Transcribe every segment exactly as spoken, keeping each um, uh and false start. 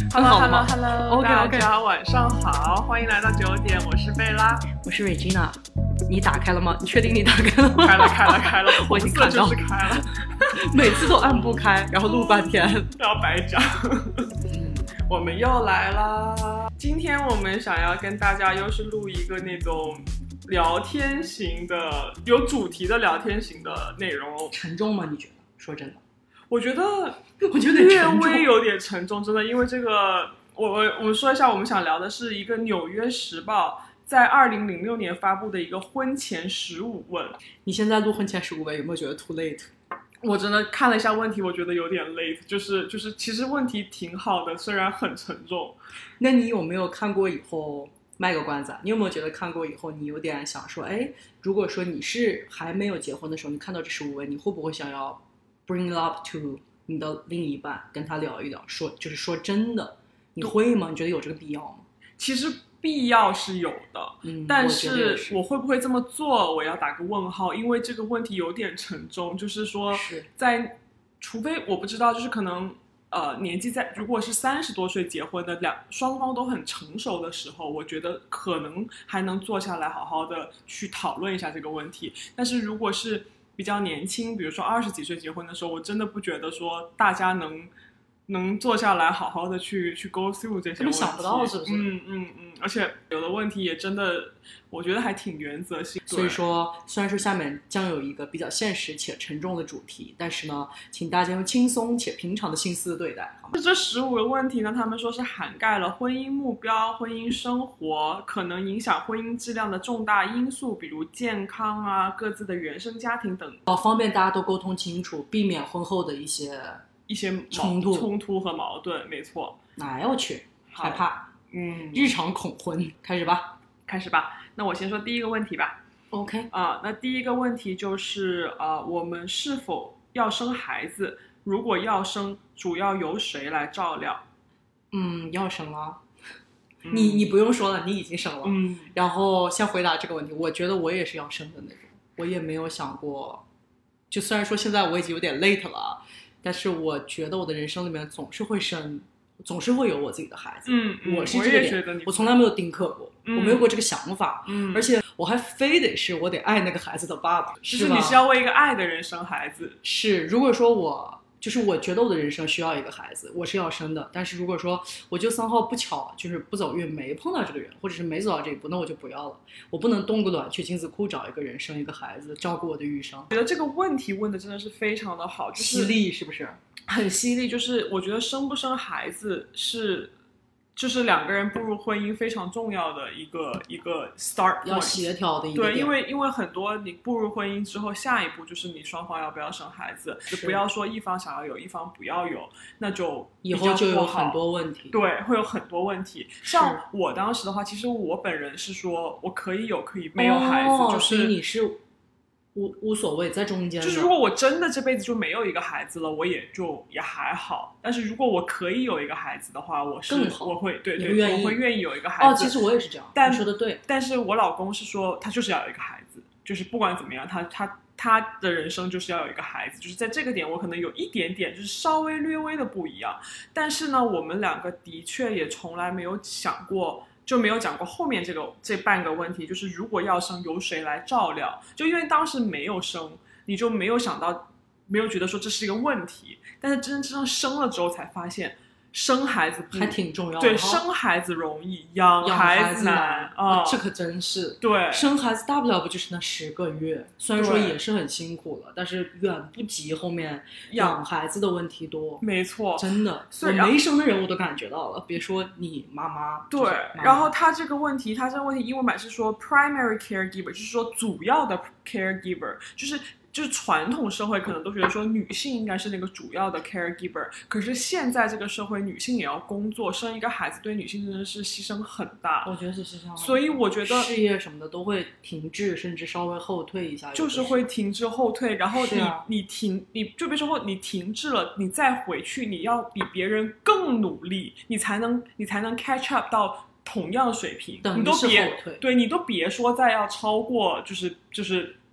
Hello Hello Hello， OK OK， 大家晚上好，欢迎来到九点，我是贝拉， 我是 Regina。你打开了吗？你确定你打开了吗？ 开了开了开了， 我已经看到就是开了， 每次都按不开，然后录半天， 要白讲。我们又来啦，今天我们想要跟大家又是录一个那种聊天型的，有主题的聊天型的内容。 沉重吗？你觉得？说真的， 我觉得， 我觉得略微有点沉重，真的，因为这个，我我我们说一下，我们想聊的是一个《纽约时报》在二零零六年发布的一个婚前十五问。 你现在录婚前十五问，有没有觉得 too late？ 我真的看了一下问题，我觉得有点 late， 就是就是其实问题挺好的，虽然很沉重。 那你有没有看过以后？卖个关子，你有没有觉得看过以后，你有点想说，哎，如果说你是还没有结婚的时候，你看到这十五位，你会不会想要 bring it up to 你的另一半，跟他聊一聊，说就是说真的，你会吗？你觉得有这个必要吗？ 其实必要是有的， 嗯， 但是是我会不会这么做，我要打个问号，因为这个问题有点沉重，就是说在除非我不知道，就是可能。呃，年纪在如果是三十多岁结婚的两双方都很成熟的时候，我觉得可能还能坐下来好好的去讨论一下这个问题。但是如果是比较年轻，比如说二十几岁结婚的时候，我真的不觉得说大家能能坐下来好好的去去 go through 这些问题。 想不到是不是？ 嗯嗯嗯，而且有的问题也真的，我觉得还挺原则性。 所以说，虽然说下面将有一个比较现实且沉重的主题，但是呢，请大家用轻松且平常的心思对待。好吗？ 这十五个问题呢，他们说是涵盖了婚姻目标、婚姻生活可能影响婚姻质量的重大因素，比如健康啊、各自的原生家庭等， 哦，方便大家都沟通清楚，避免婚后的一些一些冲突、 冲突和矛盾。没错。 哎我去，害怕。 嗯， 日常恐婚，开始吧， 开始吧。那我先说第一个问题吧。 OK 啊、呃，那第一个问题就是啊、呃，我们是否要生孩子？如果要生，主要由谁来照料？ 嗯，要生了。 嗯、 你你不用说了，你已经生了。 嗯， 然后先回答这个问题，我觉得我也是要生的那种，我也没有想过，就虽然说现在我已经有点 late 了，但是我觉得我的人生里面总是会生。总是会有我自己的孩子， 嗯，嗯我是这个点，我, 我从来没有丁克过、嗯，我没有过这个想法， 嗯， 而且我还非得是我得爱那个孩子的爸爸， 就是你是要为一个爱的人生孩子， 是。如果说我就是我觉得我的人生需要一个孩子，我是要生的，但是如果说我就三号不巧就是不走运没碰到这个人，或者是没走到这一步，那我就不要了，我不能冻个卵去精子库找一个人生一个孩子照顾我的余生。 我觉得这个问题问的真的是非常的好，就是犀利是不是？ 很犀利，就是我觉得生不生孩子是，就是两个人步入婚姻非常重要的一个一个 start point， 要协调的一个对， 点。 因为因为很多你步入婚姻之后，下一步就是你双方要不要生孩子，就不要说一方想要有，一方不要有，那就以后就有很多问题。 对，会有很多问题。像我当时的话，其实我本人是说我可以有，可以没有孩子， 哦、 就是所以你是。无无所谓，在中间。 就是如果我真的这辈子就没有一个孩子了，我也就也还好。但是如果我可以有一个孩子的话，我是更好， 我会对对， 愿意我会愿意有一个孩子。 哦，其实我也是这样。 但你说的对。 但是我老公是说，他就是要有一个孩子，就是不管怎么样，他他他的人生就是要有一个孩子。就是在这个点，我可能有一点点，就是稍微略微的不一样。但是呢，我们两个的确也从来没有想过。就没有讲过后面这个这半个问题，就是如果要生由谁来照料，就因为当时没有生，你就没有想到，没有觉得说这是一个问题，但是真真正正生了之后才发现生孩子还挺重要的。 对，生孩子容易，养孩子难啊、哦！这可真是。 对， 生孩子大不了不就是那十个月，虽然说也是很辛苦了，但是远不及后面养孩子的问题多。 没错， 真的，我没生的人我都感觉到了，别说你妈妈。 对， 就是、妈妈然后他这个问题，他这个问题英文版是说 primary caregiver， 就是说主要的 caregiver， 就是。就是传统社会可能都觉得说女性应该是那个主要的 caregiver， 可是现在这个社会女性也要工作，生一个孩子对女性真的是牺牲很大。 我觉得是牺牲， 所以我觉得事业什么的都会停滞，甚至稍微后退一下， 就是会停滞后退。然后你、 啊、 你停，你就别说你停滞了，你再回去，你要比别人更努力，你才能你才能 catch up 到同样水平。 等你都别对你都别说再要超过，就是就是。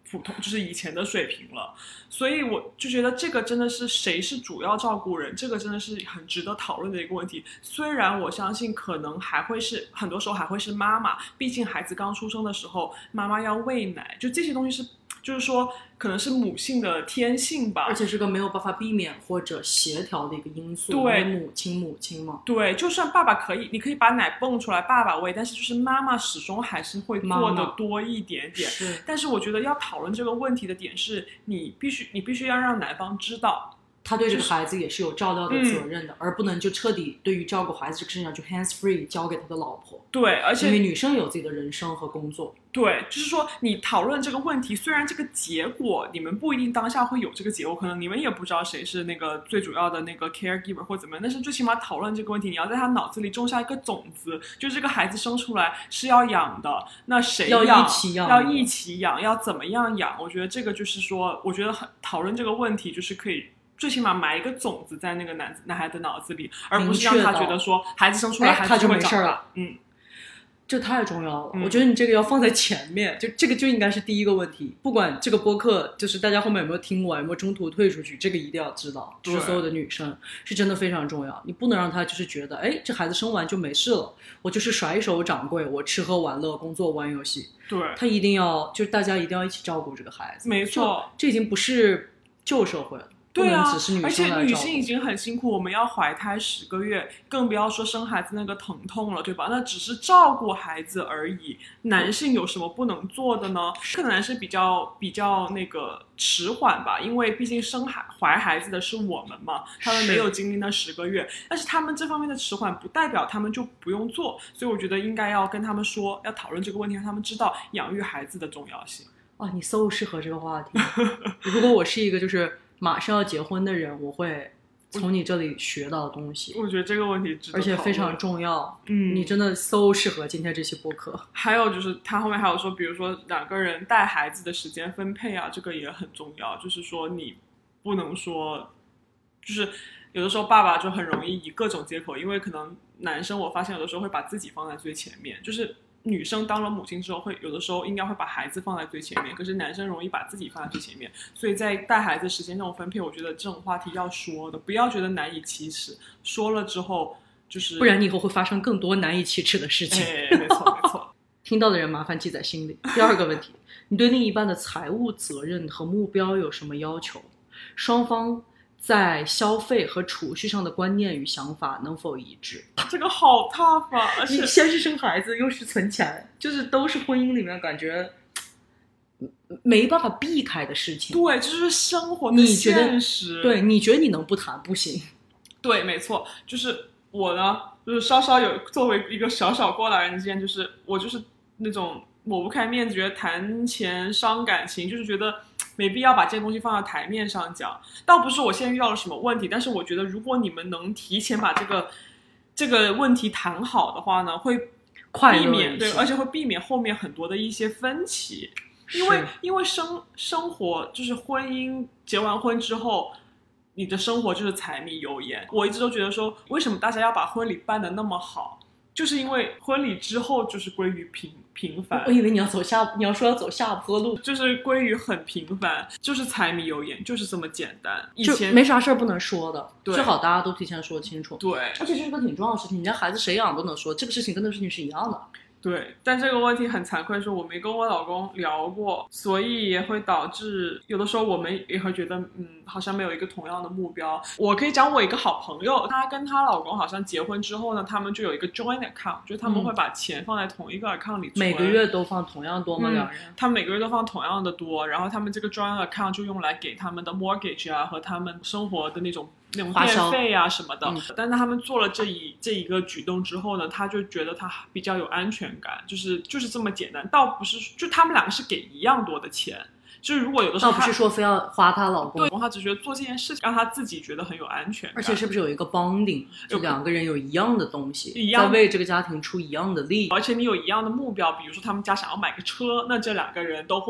普通就是以前的水平了，所以我就觉得这个真的是谁是主要照顾人，这个真的是很值得讨论的一个问题。虽然我相信可能还会是很多时候还会是妈妈，毕竟孩子刚出生的时候妈妈要喂奶，就这些东西是就是说可能是母性的天性吧， 而且是个没有办法避免或者协调的一个因素。 对， 母亲母亲嘛， 对，就算爸爸可以，你可以把奶泵出来，爸爸喂，但是就是妈妈始终还是会做的多一点点。 是， 但是我觉得要讨论这个问题的点是，你必须你必须要让男方知道。 他对这个孩子也是有照料的责任的，嗯、而不能就彻底对于照顾孩子这个事情上就 hands free 交给他的老婆。 对，而且因为女生有自己的人生和工作。 对，就是说你讨论这个问题，虽然这个结果你们不一定当下会有这个结果，可能你们也不知道谁是那个最主要的那个 caregiver 或怎么样，但是最起码讨论这个问题，你要在他脑子里种下一个种子，就这个孩子生出来是要养的，那谁养？ 要一起养， 要一起养，要怎么样养？我觉得这个就是说，我觉得很讨论这个问题，就是可以。最起码埋一个种子在那个男男孩的脑子里，而不是让他觉得说孩子生出来孩子就没事了。 嗯， 这太重要了、 嗯。 我觉得你这个要放在前面，就这个就应该是第一个问题。不管这个播客就是大家后面有没有听完，有没有中途退出去，这个一定要知道。就是所有的女生是真的非常重要，你不能让她就是觉得，哎，这孩子生完就没事了，我就是甩手掌柜，我吃喝玩乐，工作玩游戏。 对， 她一定要就是大家一定要一起照顾这个孩子。 没错， 这已经不是旧社会了。 对啊， 而且女性已经很辛苦，我们要怀胎十个月，更不要说生孩子那个疼痛了，对吧？那只是照顾孩子而已。男性有什么不能做的呢？可能是比较比较那个迟缓吧，因为毕竟生孩怀孩子的是我们嘛，他们没有经历那十个月，但是他们这方面的迟缓不代表他们就不用做，所以我觉得应该要跟他们说，要讨论这个问题，让他们知道养育孩子的重要性。 哇，你 so 适合这个话题。如果我是一个就是马上要结婚的人，我会从你这里学到东西。 我觉得这个问题值得讨论， 而且非常重要。 嗯， 你真的 so 适合今天这期播客。 还有就是他后面还有说，比如说两个人带孩子的时间分配啊，这个也很重要。就是说你不能说，就是有的时候爸爸就很容易以各种借口，因为可能男生我发现有的时候会把自己放在最前面，就是女生当了母亲之后会有的时候应该会把孩子放在最前面，可是男生容易把自己放在最前面，所以在带孩子时间这种分配，我觉得这种话题要说的，不要觉得难以启齿，说了之后就是不然你以后会发生更多难以启齿的事情。 哎，没错没错。 听到的人麻烦记在心里。第二个问题，你对另一半的财务责任和目标有什么要求？双方在消费和储蓄上的观念与想法能否一致？ 这个好 tough 啊！而且你先是生孩子，又是存钱，就是都是婚姻里面感觉没办法避开的事情。 对，这就是生活的现实。 对，你觉得你能不谈不行？ 对，没错，就是我呢，就是稍稍有作为一个小小过来人之间，就是我就是那种抹不开面子，觉得谈钱伤感情，就是觉得没必要把这些东西放到台面上讲。倒不是我现在遇到了什么问题，但是我觉得如果你们能提前把这个这个问题谈好的话呢，会避免对，而且会避免后面很多的一些分歧。因为因为生生活就是婚姻，结完婚之后，你的生活就是柴米油盐。我一直都觉得说，为什么大家要把婚礼办得那么好？就是因为婚礼之后就是归于平平凡。 我以为你要走下，你要说要走下坡路， 就是归于很平凡，就是柴米油盐，就是这么简单。以前没啥事儿不能说的，最好大家都提前说清楚。 对， 而且这是个挺重要的事情，你家孩子谁养都能说，这个事情跟那个事情是一样的。 对，但这个问题很惭愧，说我没跟我老公聊过，所以也会导致有的时候我们也会觉得，嗯，好像没有一个同样的目标。我可以讲我一个好朋友，她跟她老公好像结婚之后呢，他们就有一个 joint account， 就是他们会把钱放在同一个 account 里存， 每个月都放同样多吗？两人、 嗯？他们每个月都放同样的多，然后他们这个 joint account 就用来给他们的 mortgage 啊和他们生活的那种那种电费啊什么的。嗯、但是他们做了这一这一个举动之后呢，他就觉得他比较有安全感，就是就是这么简单，倒不是就他们两个是给一样多的钱。就是如果有的时候倒不是说非要花她老公， 对，他只觉得做这件事情让他自己觉得很有安全感， 而且是不是有一个 bonding， 就两个人有一样的东西，一样在为这个家庭出一样的力， 而且你有一样的目标，比如说他们家想要买个车，那这两个人都会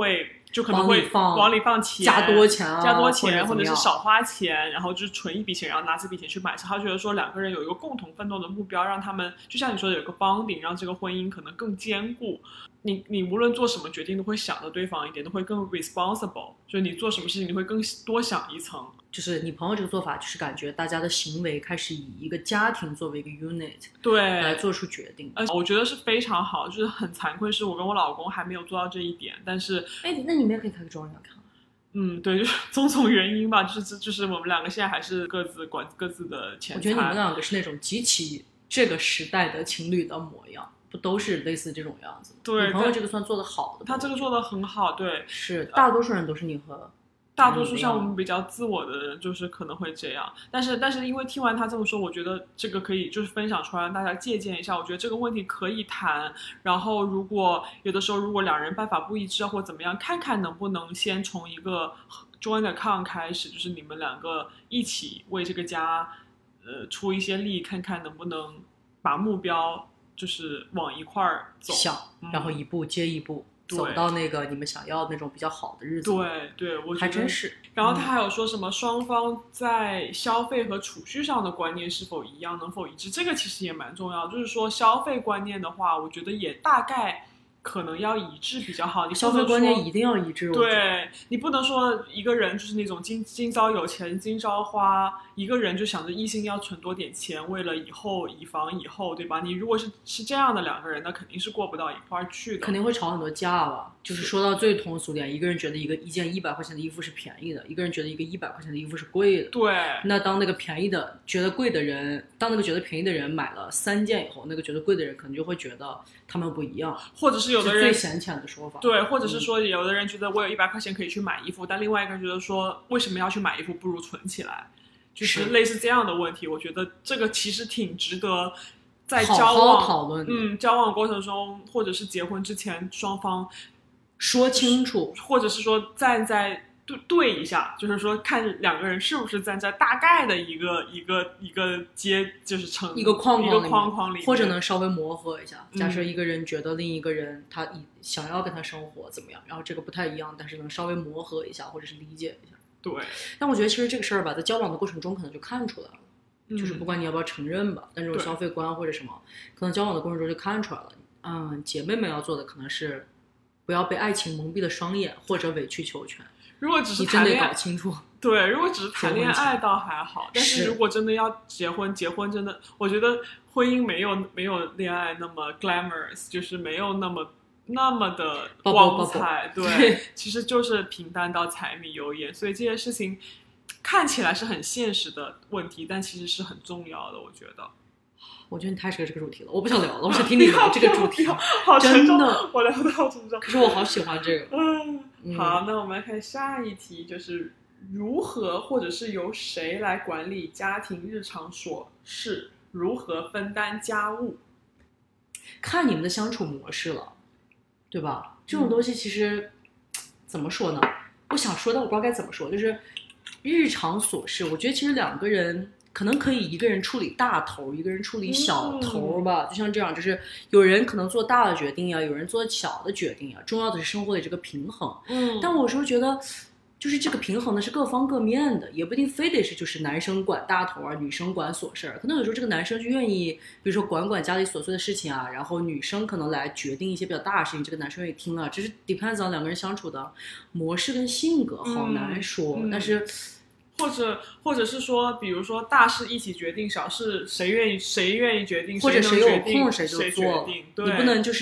就可能会往里放钱， 加多钱啊， 加多钱， 或者或者是少花钱，然后就是存一笔钱，然后拿这笔钱去买车。他觉得说两个人有一个共同奋斗的目标，让他们就像你说的有个 bonding， 让这个婚姻可能更坚固。你你无论做什么决定都会想着对方一点，都会更 responsible， 就是你做什么事情你会更多想一层。 就是你朋友这个做法，就是感觉大家的行为开始以一个家庭作为一个 unit 对来做出决定。 呃，我觉得是非常好，就是很惭愧是我跟我老公还没有做到这一点，但是哎，那你们也可以开个庄园看。 嗯，对，就是种种原因吧，就是就是我们两个现在还是各自管各自的钱财。 我觉得你们两个是那种极其这个时代的情侣的模样，不都是类似这种样子？ 对， 你朋友这个算做得好的， 他这个做得很好，对， 是大多数人都是你和。 大多数像我们比较自我的人，就是可能会这样，但是但是因为听完他这么说，我觉得这个可以就是分享出来，让大家借鉴一下。我觉得这个问题可以谈，然后如果有的时候如果两人办法不一致或怎么样，看看能不能先从一个 joint account 开始，就是你们两个一起为这个家呃出一些力，看看能不能把目标就是往一块儿走， 想，然后一步接一步。走到那个你们想要那种比较好的日子。 对对，我觉得还真是。 然后他还有说什么双方在消费和储蓄上的观念是否一样，能否一致，这个其实也蛮重要。就是说消费观念的话，我觉得也大概可能要一致比较好。你消费观念一定要一致。 对，你不能说一个人就是那种今今朝有钱今朝花，一个人就想着一心要存多点钱，为了以后以防以后，对吧？你如果是是这样的两个人，那肯定是过不到一块儿去的， 肯定会吵很多架吧。就是说到最通俗点，一个人觉得一个一件一百块钱的衣服是便宜的，一个人觉得一个一百块钱的衣服是贵的。 对。 那当那个便宜的觉得贵的人，当那个觉得便宜的人买了三件以后，那个觉得贵的人可能就会觉得他们不一样， 或者是有的人最浅浅的说法。 对，或者是说有的人觉得我有一百块钱可以去买衣服，但另外一个人觉得说为什么要去买衣服，不如存起来，就是类似这样的问题。我觉得这个其实挺值得在交往好好讨论的。 嗯，交往过程中或者是结婚之前双方说清楚， 或者是说站在对对一下，就是说看两个人是不是站在大概的一个一个一个阶，就是成一个框框一个框框里面， 或者能稍微磨合一下。假设嗯一个人觉得另一个人他想要跟他生活怎么样，然后这个不太一样，但是能稍微磨合一下或者是理解一下。 对。 但我觉得其实这个事儿吧，在交往的过程中可能就看出来了， 嗯、 就是不管你要不要承认吧，但这种消费观或者什么，可能交往的过程中就看出来了。嗯，姐妹们要做的可能是不要被爱情蒙蔽了双眼，或者委曲求全。 如果只是谈恋爱， 搞清楚。 对，如果只是谈恋爱倒还好，但是如果真的要结婚，结婚真的，我觉得婚姻没有没有恋爱那么 glamorous， 就是没有那么那么的光彩。 不不不不对，其实就是平淡到柴米油盐，所以这件事情看起来是很现实的问题，但其实是很重要的，我觉得。 我觉得你太适合这个主题了，我不想聊了，我想听你聊这个主题。 好沉重，我聊得好沉重。 可是我好喜欢这个。 嗯，好，那我们来看下一题，就是如何或者是由谁来管理家庭日常琐事，如何分担家务？ 看你们的相处模式了，对吧？这种东西其实、嗯、怎么说呢？我想说，但我不知道该怎么说。就是日常琐事，我觉得其实两个人。可能可以一个人处理大头，一个人处理小头吧、嗯、就像这样，就是有人可能做大的决定呀，有人做小的决定呀，重要的是生活的这个平衡。 嗯， 但我有时候觉得就是这个平衡呢是各方各面的，也不一定非得是就是男生管大头啊，女生管琐事儿。可能有时候这个男生就愿意比如说管管家里琐碎的事情啊，然后女生可能来决定一些比较大的事情，这个男生愿意听啊，只是 depends on 两个人相处的模式跟性格，好难说、嗯嗯、但是或者或者是说，比如说大事一起决定，小事谁愿意谁愿意决定， 或者谁有空谁就做。 你不能就是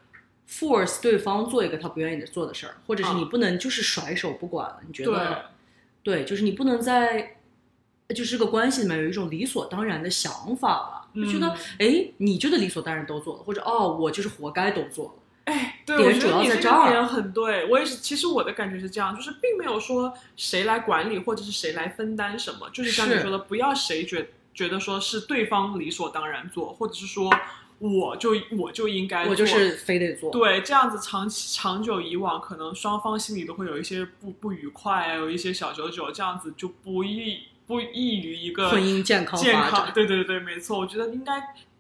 force 对方做一个他不愿意做的事儿，或者是你不能就是甩手不管了。 嗯、 你觉得 对, 对，就是你不能在就是这个关系里面有一种理所当然的想法吧？就觉得哎、嗯，你觉得理所当然都做了，或者哦，我就是活该都做了。 哎，对，我觉得你这个点很对，我也是。其实我的感觉是这样，就是并没有说谁来管理或者是谁来分担什么，就是像你说的，不要谁觉觉得说是对方理所当然做，或者是说我就我就应该做， 我就是非得做。 对，这样子长长久以往，可能双方心里都会有一些不不愉快啊，有一些小九九，这样子就不易不易于一个婚姻健康健发展。 对对对，没错，我觉得应该。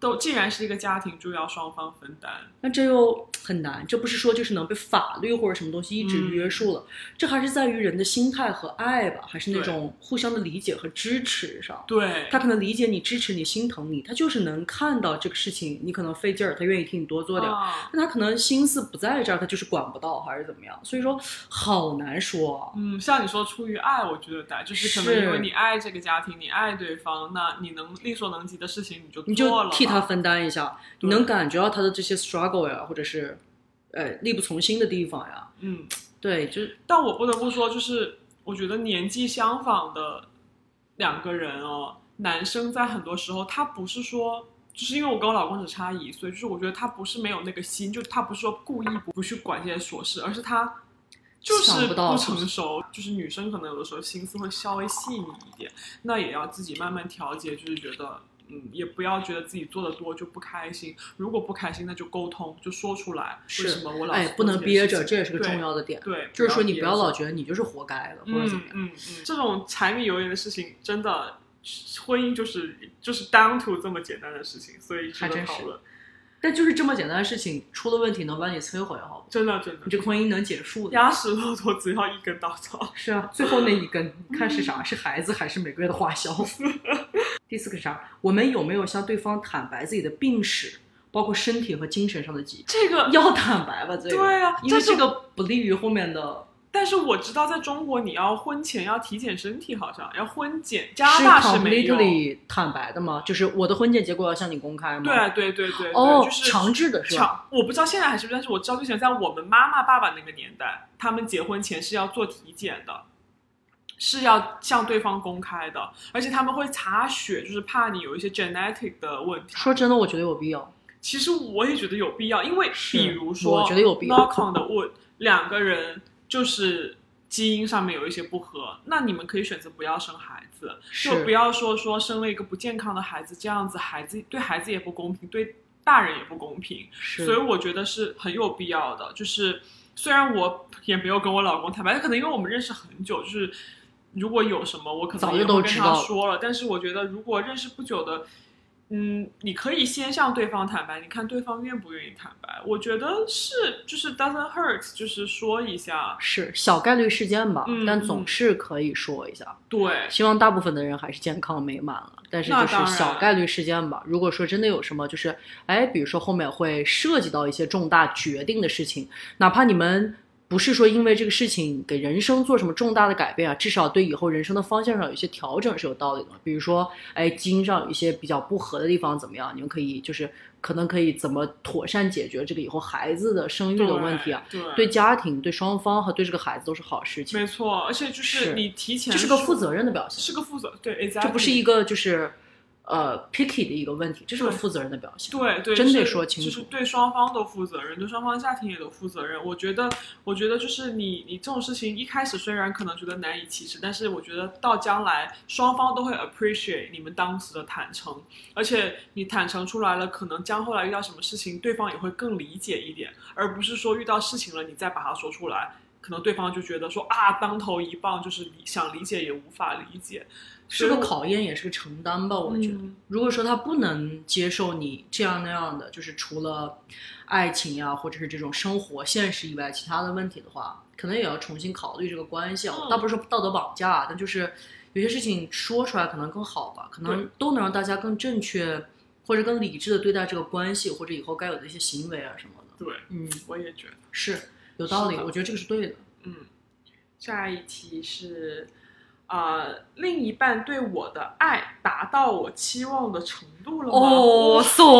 都既然是一个家庭，就要双方分担。 那这又很难，这不是说就是能被法律或者什么东西一直约束了，嗯、这还是在于人的心态和爱吧，还是那种互相的理解和支持上。 对， 他可能理解你、支持你、心疼你，他就是能看到这个事情你可能费劲儿，他愿意替你多做点。 啊、 但他可能心思不在这儿，他就是管不到还是怎么样，所以说好难说。 嗯，像你说出于爱，我觉得对，就是可能因为你爱这个家庭，你爱对方，那你能力所能及的事情你就做了， 你就替他分担一下，你能感觉到他的这些 struggle 呀，或者是呃力不从心的地方呀。 嗯， 对，就但我不得不说，就是我觉得年纪相仿的两个人哦，男生在很多时候他不是说。就是因为我跟我老公只差一岁，就是我觉得他不是没有那个心，就他不是说故意不不去管这些琐事，而是他就是不成熟。就是女生可能有的时候心思会稍微细腻一点，那也要自己慢慢调节，就是觉得嗯，也不要觉得自己做的多就不开心。如果不开心，那就沟通，就说出来。为什么我老哎不能憋着，这也是个重要的点。 对， 就是说你不要老觉得你就是活该的，或者怎么样。 嗯嗯嗯，这种柴米油盐的事情真的。婚姻就是就是 down to 这么简单的事情，所以值得讨论。 但就是这么简单的事情，出了问题能把你摧毁，好不？ 真的真的， 你这个婚姻能结束的。 压死骆驼只要一根稻草。 是啊，最后那一根看是啥？是孩子还是每个月的花销？第四个是啥？我们有没有向对方坦白自己的病史，包括身体和精神上的疾病？ 这个要坦白吧，这个对啊， 因为这个不利于后面的。 但是我知道在中国你要婚前要体检身体，好像要婚检，加拿大是没有。 是 completely 坦白的吗？就是我的婚检结果要向你公开吗？ 对对对 对, 对哦， 就是强制的是吧？ 我不知道现在还是不是，但是我知道之前在我们妈妈爸爸那个年代，他们结婚前是要做体检的，是要向对方公开的，而且他们会查血，就是怕你有一些 genetic 的问题。 说真的，我觉得有必要。 其实我也觉得有必要，因为比如说我觉得有必要 knock on the wood， 两个人就是基因上面有一些不合，那你们可以选择不要生孩子，就不要说说生了一个不健康的孩子，这样子孩子对孩子也不公平，对大人也不公平。所以我觉得是很有必要的。就是虽然我也没有跟我老公坦白，可能因为我们认识很久，就是如果有什么我可能也会跟他说了，但是我觉得如果认识不久的嗯，你可以先向对方坦白，你看对方愿不愿意坦白。我觉得是，就是 doesn't hurt， 就是说一下， 是小概率事件吧， 嗯、 但总是可以说一下。 对， 希望大部分的人还是健康美满了，但是就是小概率事件吧。如果说真的有什么，就是哎，比如说后面会涉及到一些重大决定的事情，哪怕你们不是说因为这个事情给人生做什么重大的改变啊，至少对以后人生的方向上有一些调整是有道理的。比如说，哎，基因上有一些比较不合的地方怎么样，你们可以就是可能可以怎么妥善解决这个以后孩子的生育的问题啊？ 对，对对家庭、对双方和对这个孩子都是好事情。 没错，而且就是你提前， 这是个负责任的表现， 是个负责，对， exactly， 这不是一个就是呃 picky 的一个问题，这是个负责任的表现。 对对， 真得说清楚， 就是对双方都负责任，对双方家庭也都负责任。我觉得，我觉得就是你你这种事情一开始虽然可能觉得难以启齿，但是我觉得到将来双方都会 appreciate 你们当时的坦诚，而且你坦诚出来了，可能将后来遇到什么事情，对方也会更理解一点，而不是说遇到事情了你再把它说出来，可能对方就觉得说啊当头一棒，就是想理解也无法理解。 是个考验，也是个承担吧。我觉得、嗯，如果说他不能接受你这样那样的，就是除了爱情呀，或者是这种生活现实以外其他的问题的话，可能也要重新考虑这个关系啊。倒、嗯、不是说道德绑架，但就是有些事情说出来可能更好吧，可能都能让大家更正确或者更理智的对待这个关系，或者以后该有的一些行为啊什么的。 对， 嗯， 我也觉得是有道理，我觉得这个是对的。 嗯，下一题是。呃，另一半对我的爱达到我期望的程度了吗？ 哦、oh, ，so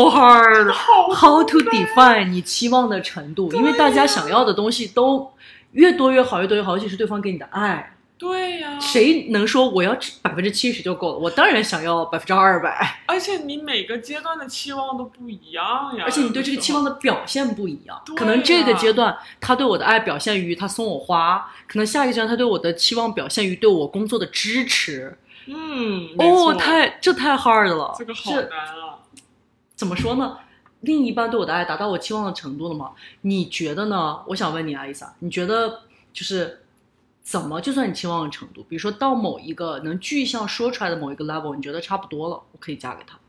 hard。How to define 你期望的程度？因为大家想要的东西都越多越好，越多越好，尤其是对方给你的爱。 对呀、啊， 谁能说我要百分之七十就够了？我当然想要百分之二百。 而且你每个阶段的期望都不一样呀， 而且你对这个期望的表现不一样。可能这个阶段他对我的爱表现于他送我花，可能下一个阶段他对我的期望表现于对我工作的支持。 嗯， 哦，太这太 hard 了， 这个好难啊。 怎么说呢？另一半对我的爱达到我期望的程度了吗？你觉得呢？我想问你啊，伊莎，你觉得就是怎么就算你期望的程度，比如说到某一个能具象说出来的某一个 level， 你觉得差不多了，我可以嫁给他。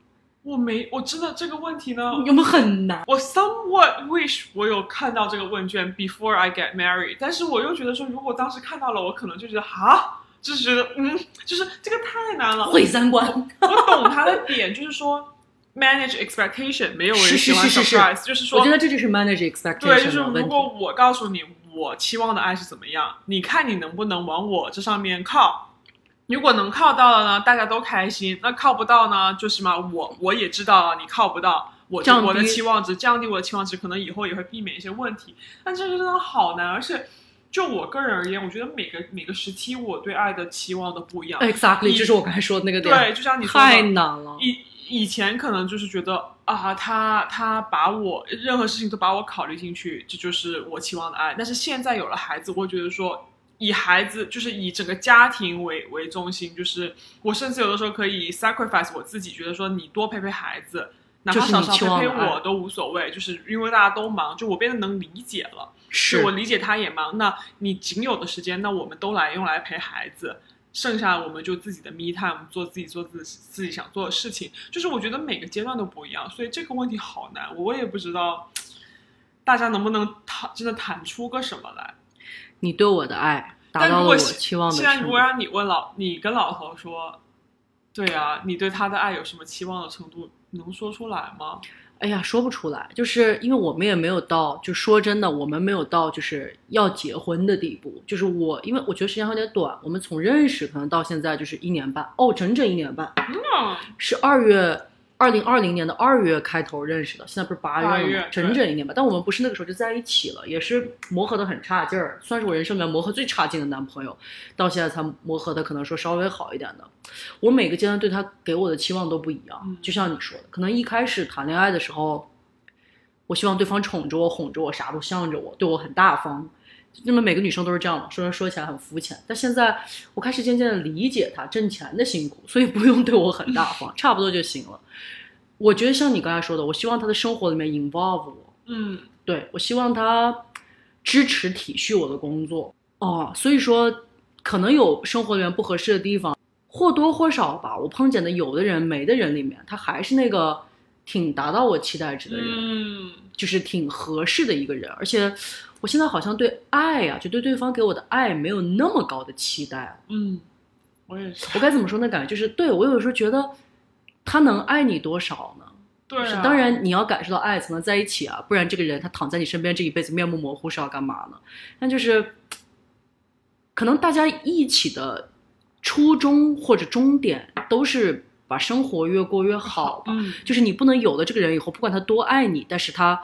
我没，我真的这个问题呢， 有没有很难？ 我 somewhat wish 我有看到这个问卷 before I get married， 但是我又觉得说，如果当时看到了，我可能就觉得哈，就是觉得嗯，就是这个太难了， 毁三观。 我懂他的点，就是说 manage expectation， 没有人喜欢 surprise， 是是是是就是说， 我觉得这就是 manage expectation 的问题。 对，就是如果我告诉你我期望的爱是怎么样，你看你能不能往我这上面靠。如果能靠到了呢，大家都开心；那靠不到呢，就是嘛，我我也知道了，你靠不到，我我的期望值降低，我的期望值可能以后也会避免一些问题。但这个真的好难，而且就我个人而言，我觉得每个每个时期我对爱的期望都不一样。 Exactly， 就是我刚才说的那个点。 对，就像你说的， 太难了。 以以前可能就是觉得啊，他他把我任何事情都把我考虑进去，这就是我期望的爱。但是现在有了孩子，我会觉得说。以孩子就是以整个家庭为为中心，就是我甚至有的时候可以 sacrifice 我自己，觉得说你多陪陪孩子，哪怕少少陪陪我都无所谓，就是因为大家都忙，就我变得能理解了， 是我理解他也忙，那你仅有的时间，那我们都来用来陪孩子，剩下我们就自己的 me time， 做自己做自己自己想做的事情，就是我觉得每个阶段都不一样，所以这个问题好难，我也不知道大家能不能谈真的谈出个什么来。 你对我的爱达到了我期望的程度。 现在如果让你问老，你跟老头说，对啊，你对他的爱有什么期望的程度，能说出来吗？ 哎呀，说不出来，就是因为我们也没有到，就说真的，我们没有到就是要结婚的地步。就是我，因为我觉得时间有点短，我们从认识可能到现在就是一年半，哦，整整一年半， 嗯， 是二月。二零二零年的二月开头认识的，现在不是八月了吗？ 月整整一年吧。但我们不是那个时候就在一起了，也是磨合的很差劲儿，算是我人生里面磨合最差劲的男朋友。到现在才磨合的可能说稍微好一点的。我每个阶段对他给我的期望都不一样， 嗯、 就像你说的，可能一开始谈恋爱的时候，我希望对方宠着我、哄着我，啥都向着我，对我很大方。那么每个女生都是这样的，说说起来很肤浅，但现在我开始渐渐的理解她挣钱的辛苦，所以不用对我很大方，差不多就行了。我觉得像你刚才说的，我希望她的生活里面 involve 我， 嗯， 对，我希望她支持体恤我的工作哦。所以说，可能有生活里面不合适的地方，或多或少吧。我碰见的有的人没的人里面，他还是那个挺达到我期待值的人， 嗯， 就是挺合适的一个人，而且。我现在好像对爱啊，就对对方给我的爱没有那么高的期待。 嗯，我也是。 我该怎么说呢？感觉就是，对我有时候觉得他能爱你多少呢？ 对、啊， 就是当然你要感受到爱才能在一起啊，不然这个人他躺在你身边这一辈子面目模糊是要干嘛呢？但就是可能大家一起的初衷或者终点都是把生活越过越好吧。 嗯， 就是你不能有了这个人以后，不管他多爱你，但是他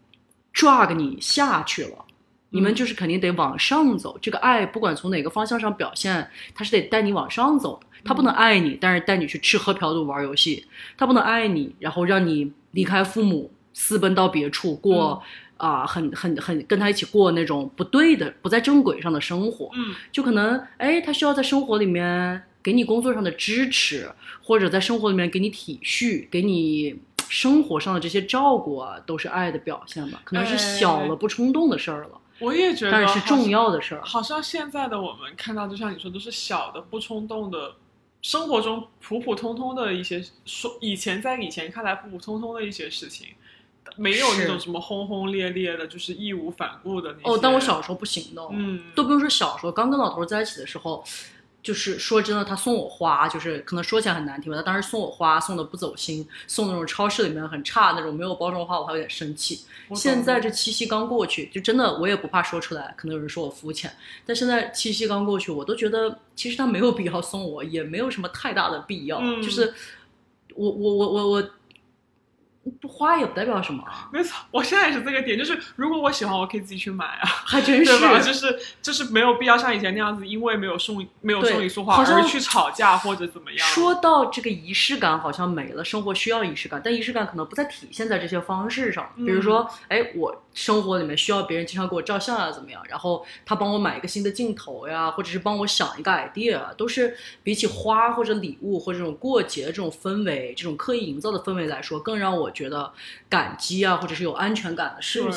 drag你下去了。你们就是肯定得往上走，这个爱不管从哪个方向上表现，他是得带你往上走的。他不能爱你，但是带你去吃喝嫖赌玩游戏；他不能爱你，然后让你离开父母，私奔到别处过啊、嗯呃，很很很跟他一起过那种不对的、不在正轨上的生活。 嗯， 就可能哎，他需要在生活里面给你工作上的支持，或者在生活里面给你体恤，给你。生活上的这些照顾啊，都是爱的表现吧？可能是小了不冲动的事儿了。 我也觉得， 但是重要的事儿。 好像现在的我们看到，就像你说，都是小的不冲动的，生活中普普通通的一些，说以前在以前看来普普通通的一些事情，没有那种什么轰轰烈烈的，就是义无反顾的那些。 哦，但我小时候不行的、哦， 嗯， 都不用说小时候，刚跟老头在一起的时候。就是说真的，他送我花，就是可能说起来很难听吧。他当时送我花，送的不走心，送那种超市里面很差那种没有包装花，我还有点生气。现在这七夕刚过去，就真的我也不怕说出来，可能有人说我肤浅，但现在七夕刚过去，我都觉得其实他没有必要送我，也没有什么太大的必要。 嗯、 就是我我我我我。不花也不代表什么、啊， 没错，我现在也是这个点，就是如果我喜欢，我可以自己去买啊， 还真是， 对吧？就是就是没有必要像以前那样子，因为没有送没有送一束花而去吵架或者怎么样。 说到这个仪式感好像没了，生活需要仪式感，但仪式感可能不再体现在这些方式上，比如说，哎、嗯，我生活里面需要别人经常给我照相啊，怎么样？然后他帮我买一个新的镜头呀，或者是帮我想一个 idea 啊，都是比起花或者礼物或者这种过节这种氛围，这种刻意营造的氛围来说，更让我觉得感激啊，或者是有安全感的事情。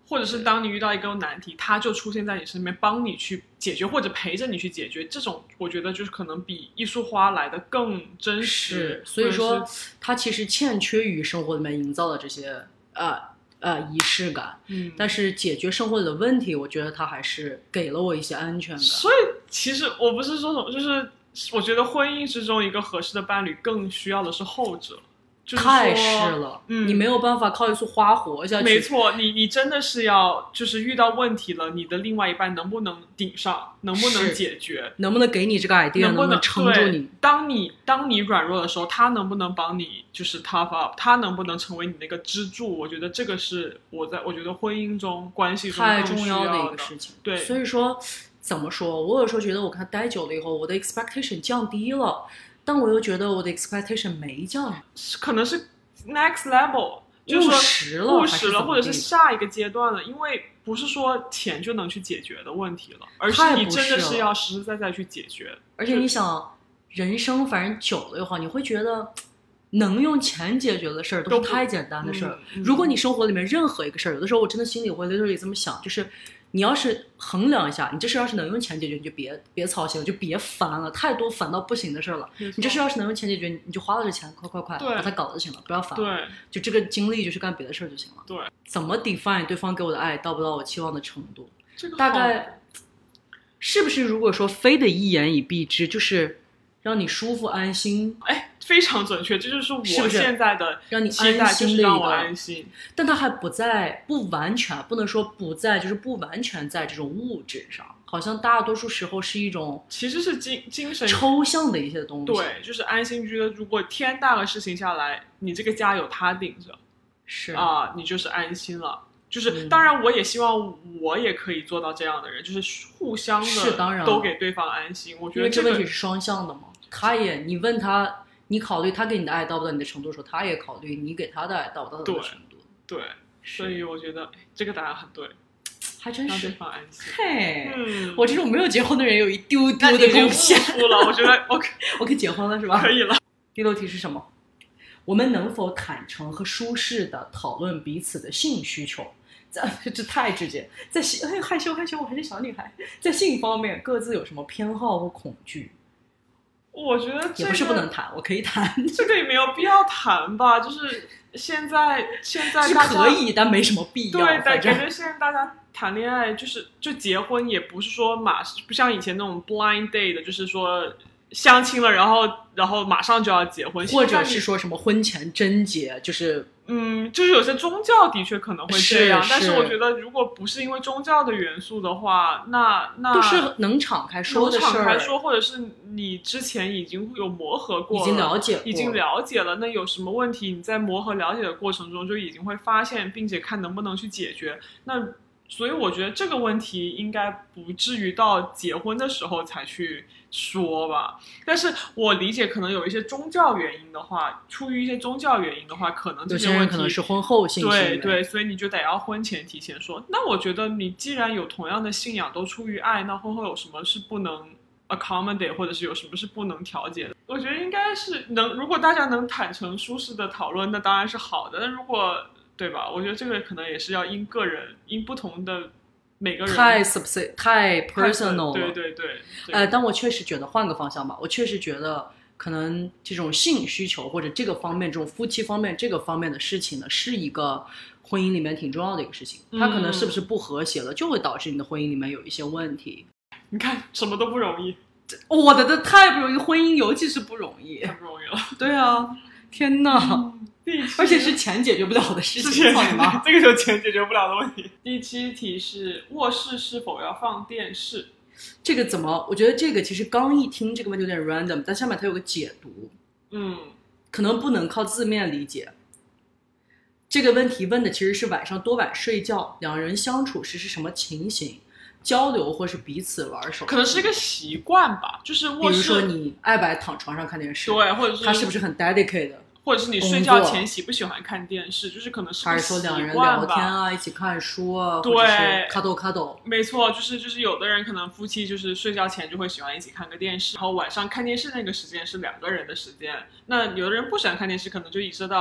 或者是当你遇到一个难题，他就出现在你身边帮你去解决，或者陪着你去解决，这种我觉得就是可能比一束花来的更真实。 所以说他其实欠缺于生活里面营造的这些呃呃仪式感， 嗯， 但是解决生活里的问题，我觉得他还是给了我一些安全感。 所以其实我不是说什么，就是我觉得婚姻之中一个合适的伴侣更需要的是后者。就是、 太是了、 嗯， 你没有办法靠一束花活下去。 没错，你你真的是要就是遇到问题了，你的另外一半能不能顶上，能不能解决， 能不能给你这个 idea， 能不能撑住你？ 当你当你软弱的时候，他能不能帮你就是 tough up， 他能不能成为你那个支柱？我觉得这个是我在我觉得婚姻中关系中太重要的一个事情。 对， 所以说怎么说，我有时候觉得我跟他待久了以后，我的 expectation 降低了，但我又觉得我的 expectation 没降， 可能是 next level， 就是务实了， 务实了，或者是下一个阶段了，因为不是说钱就能去解决的问题了，而是你真的是要实实在在去解决。 而且你想，人生反正久了以后，你会觉得能用钱解决的事儿都是太简单的事儿、嗯嗯。如果你生活里面任何一个事儿，有的时候我真的心里会 literally 这么想，就是你要是衡量一下，你这事要是能用钱解决，你就别别操心了，就别烦了，太多烦到不行的事了。你这事要是能用钱解决，你就花了这钱，快快快把它搞就行了，不要烦了。 对， 就这个精力就是干别的事儿就行了。 对， 怎么 define 对方给我的爱到不到我期望的程度？ 这个大概是不是如果说非得一言以蔽之，就是让你舒服安心？ 哎，非常准确，这就是我现在的让你期待，就是让我安心。 但它还不在，不完全，不能说不在，就是不完全在这种物质上，好像大多数时候是一种其实是精精神抽象的一些东西。 对，就是安心，觉得如果天大的事情下来，你这个家有他顶着， 是啊，你就是安心了。就是、 嗯、 当然我也希望我也可以做到这样的人，就是互相的都给对方安心。我觉得、 这个、因为这问题是双向的嘛，他也你问他，你考虑他给你的爱到不到你的程度的时候，他也考虑你给他的爱到不到他的程度。 对，对，所以我觉得这个答案很对， 还真是让对方安心。 嘿、 嗯， 我这种没有结婚的人有一丢丢的贡献了。我觉得 OK， 我可以结婚了是吧？ 可以了。 第六题是什么？我们能否坦诚和舒适的讨论彼此的性需求？这太直接，在性哎害羞害羞，我还是小女孩。在性方面，各自有什么偏好或恐惧？ 我觉得、这个、 也不是不能谈，我可以谈。 这个也没有必要谈吧，就是现在现在大家是可以，但没什么必要。 对，但感觉现在大家谈恋爱就是就结婚，也不是说马不像以前那种 blind date 的，就是说相亲了，然后然后马上就要结婚， 或者是说什么婚前贞洁，就是嗯，就是有些宗教的确可能会这样， 是但是我觉得如果不是因为宗教的元素的话，那那都是能敞开说的事儿， 能敞开说，或者是你之前已经有磨合过了， 已经了解过， 已经了解了，那有什么问题？你在磨合了解的过程中就已经会发现，并且看能不能去解决。那所以我觉得这个问题应该不至于到结婚的时候才去说吧。但是我理解，可能有一些宗教原因的话，出于一些宗教原因的话，可能这些问题有些人可能是婚后性行为， 对对，所以你就得要婚前提前说。那我觉得你既然有同样的信仰，都出于爱，那婚后有什么是不能 accommodate， 或者是有什么是不能调节的？我觉得应该是能，如果大家能坦诚舒适的讨论，那当然是好的。但如果对吧？我觉得这个可能也是要因个人，因不同的每个人太 specific 太 personal 了。 对对对。 呃，但我确实觉得换个方向吧，我确实觉得可能这种性需求或者这个方面，这种夫妻方面这个方面的事情呢，是一个婚姻里面挺重要的一个事情。它可能是不是不和谐了，就会导致你的婚姻里面有一些问题。 你看，什么都不容易。 我的的太不容易，婚姻尤其是不容易， 太不容易了。 对啊，天哪！嗯而且是钱解决不了的事情，操你妈！ 这个时候钱解决不了的问题。第七题是卧室是否要放电视？ 这个怎么？我觉得这个其实刚一听这个问题有点 random， 但下面它有个解读， 嗯， 可能不能靠字面理解。这个问题问的其实是晚上多晚睡觉，两人相处时是什么情形，交流或是彼此玩手机， 可能是一个习惯吧，就是卧室， 比如说你爱不爱躺床上看电视， 对，或者是他是不是很 dedicated。 或者是你睡觉前喜不喜欢看电视，就是可能是还是说两人聊天啊，一起看书啊， 对， 或者是 cuddle cuddle。 没错，就是就是有的人可能夫妻就是睡觉前就会喜欢一起看个电视，然后晚上看电视那个时间是两个人的时间。那有的人不喜欢看电视，可能就意识到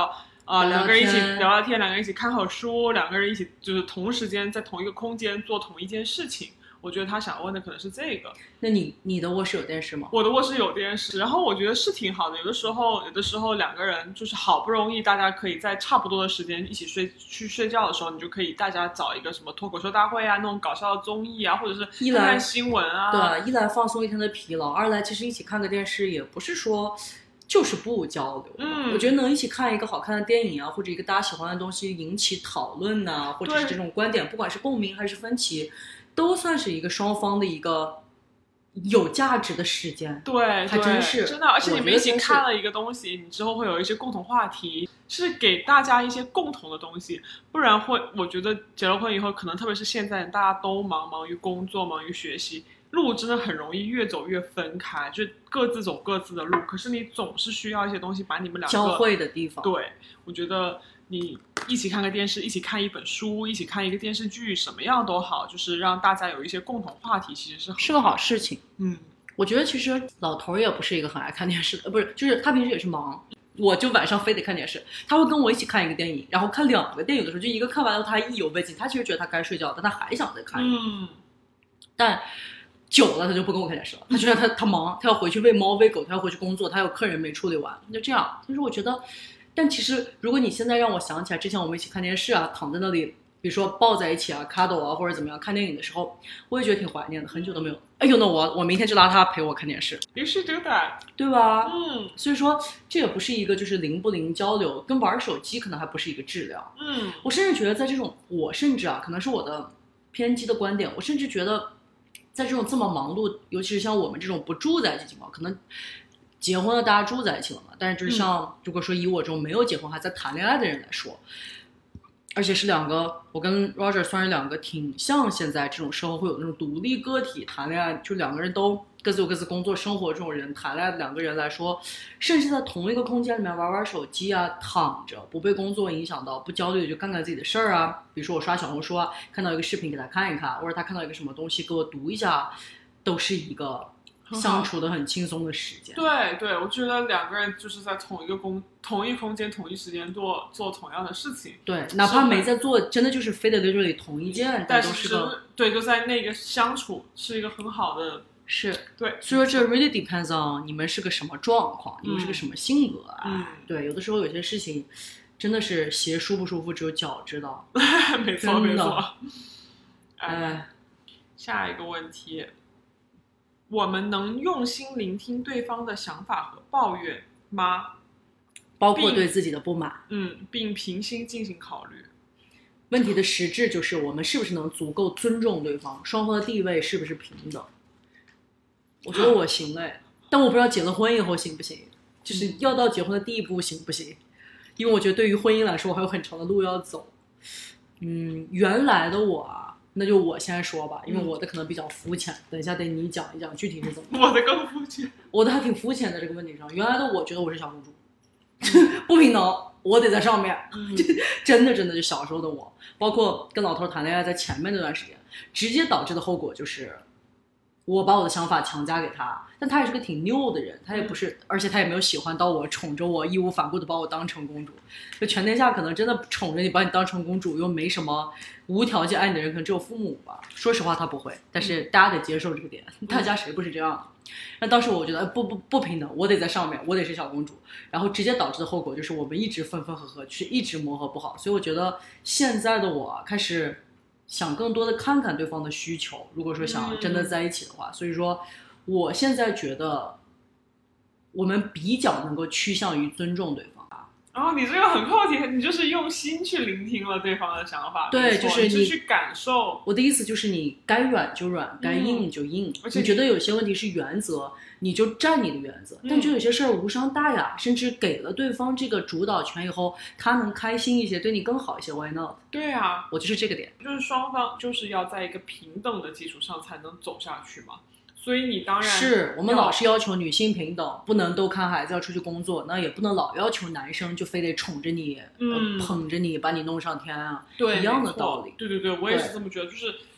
啊、呃，两个人一起天聊聊天，两个人一起看好书，两个人一起就是同时间在同一个空间做同一件事情。我觉得他想问的可能是这个。 那你你的卧室有电视吗？ 我的卧室有电视，然后我觉得是挺好的。有的时候，有的时候两个人就是好不容易，大家可以在差不多的时间一起睡去睡觉的时候，你就可以大家找一个什么脱口秀大会啊，那种搞笑的综艺啊，或者是看看新闻啊。 对，一来放松一天的疲劳，二来其实一起看个电视也不是说就是不交流。 嗯， 我觉得能一起看一个好看的电影啊，或者一个大家喜欢的东西引起讨论呐、啊，或者是这种观点，不管是共鸣还是分歧。都算是一个双方的一个有价值的时间， 对， 还真是真的。而且你们一起看了一个东西，你之后会有一些共同话题，是给大家一些共同的东西。不然会，我觉得结了婚以后，可能特别是现在大家都忙，忙于工作，忙于学习，路真的很容易越走越分开，就各自走各自的路。可是你总是需要一些东西把你们两个交汇的地方。 对，我觉得。你一起看个电视，一起看一本书，一起看一个电视剧，什么样都好，就是让大家有一些共同话题，其实是很是个好事情。 嗯， 我觉得其实老头也不是一个很爱看电视的，不是，就是他平时也是忙，我就晚上非得看电视，他会跟我一起看一个电影，然后看两个电影的时候，就一个看完了他意犹未尽，他其实觉得他该睡觉，但他还想再看。 嗯， 但久了他就不跟我看电视了，他觉得他他忙，他要回去喂猫喂狗，他要回去工作，他有客人没处理完，就这样。就是我觉得。但其实，如果你现在让我想起来之前我们一起看电视啊，躺在那里，比如说抱在一起啊 ，cuddle 啊，或者怎么样看电影的时候，我也觉得挺怀念的，很久都没有。哎呦，那我我明天就拉他陪我看电视。 You should do that， 对吧？ 嗯， 所以说这也不是一个就是零不零交流，跟玩手机可能还不是一个质量。 嗯， 我甚至觉得在这种，我甚至啊，可能是我的偏激的观点，我甚至觉得在这种这么忙碌，尤其是像我们这种不住在一起情况，可能。结婚了，大家住在一起了嘛？但是就是像，嗯、如果说以我这种没有结婚还在谈恋爱的人来说，而且是两个，我跟 Roger 算是两个挺像现在这种社会会有那种独立个体谈恋爱，就两个人都各自有各自工作生活这种人谈恋爱的两个人来说，甚至在同一个空间里面玩玩手机啊，躺着不被工作影响到，不焦虑就干干自己的事儿啊。比如说我刷小红书啊，看到一个视频给他看一看，或者他看到一个什么东西给我读一下，都是一个。相处的很轻松的时间。 对对，我觉得两个人就是在同一个空、同一空间、同一时间做做同样的事情。 对，哪怕没在做，真的就是非得 literally 同一件， 但都是个对，就在那个相处是一个很好的。 是对， 所以说这 really depends on 你们是个什么状况，你们是个什么性格啊？ 嗯， 对，有的时候有些事情真的是鞋舒不舒服只有脚知道。 没错没错。 哎， 下一个问题。我们能用心聆听对方的想法和抱怨吗？ 包括对自己的不满。 嗯，并平心进行考虑。 问题的实质就是我们是不是能足够尊重对方，双方的地位是不是平等？我觉得我行哎，但我不知道结了婚以后行不行，就是要到结婚的第一步行不行？因为我觉得对于婚姻来说，我还有很长的路要走。嗯，原来的我啊。那就我先说吧，因为我的可能比较肤浅，嗯、等一下得你讲一讲具体是怎么。 我的更肤浅， 我的还挺肤浅的这个问题上。原来的我觉得我是小公主，嗯、不平等，我得在上面。 嗯、 真的真的就小时候的我，包括跟老头谈恋爱，在前面那段时间，直接导致的后果就是我把我的想法强加给他，但他也是个挺拗的人，他也不是，而且他也没有喜欢到我，宠着我，义无反顾的把我当成公主。就全天下可能真的宠着你，把你当成公主，又没什么无条件爱你的人，可能只有父母吧。说实话，他不会，但是大家得接受这个点，大家谁不是这样的？那当时我觉得不不不平等，我得在上面，我得是小公主，然后直接导致的后果就是我们一直分分合合，就是一直磨合不好。所以我觉得现在的我开始。想更多的看看对方的需求，如果说想真的在一起的话，嗯、所以说我现在觉得我们比较能够趋向于尊重对方。 然后、哦、你这个很靠题，你就是用心去聆听了对方的想法， 对，就是你去感受。 我的意思就是你该软就软，该硬就硬。 嗯、 你觉得有些问题是原则，你就站你的原则，嗯、但就有些事儿无伤大雅，甚至给了对方这个主导权以后，他能开心一些，对你更好一些 ，Why not？ 对啊， 我就是这个点， 就是双方就是要在一个平等的基础上才能走下去嘛。所以你当然是我们老是要求女性平等，不能都看孩子要出去工作，那也不能老要求男生就非得宠着你、 嗯、 捧着你把你弄上天啊， 对， 一样的道理。 对对对，我也是这么觉得，就是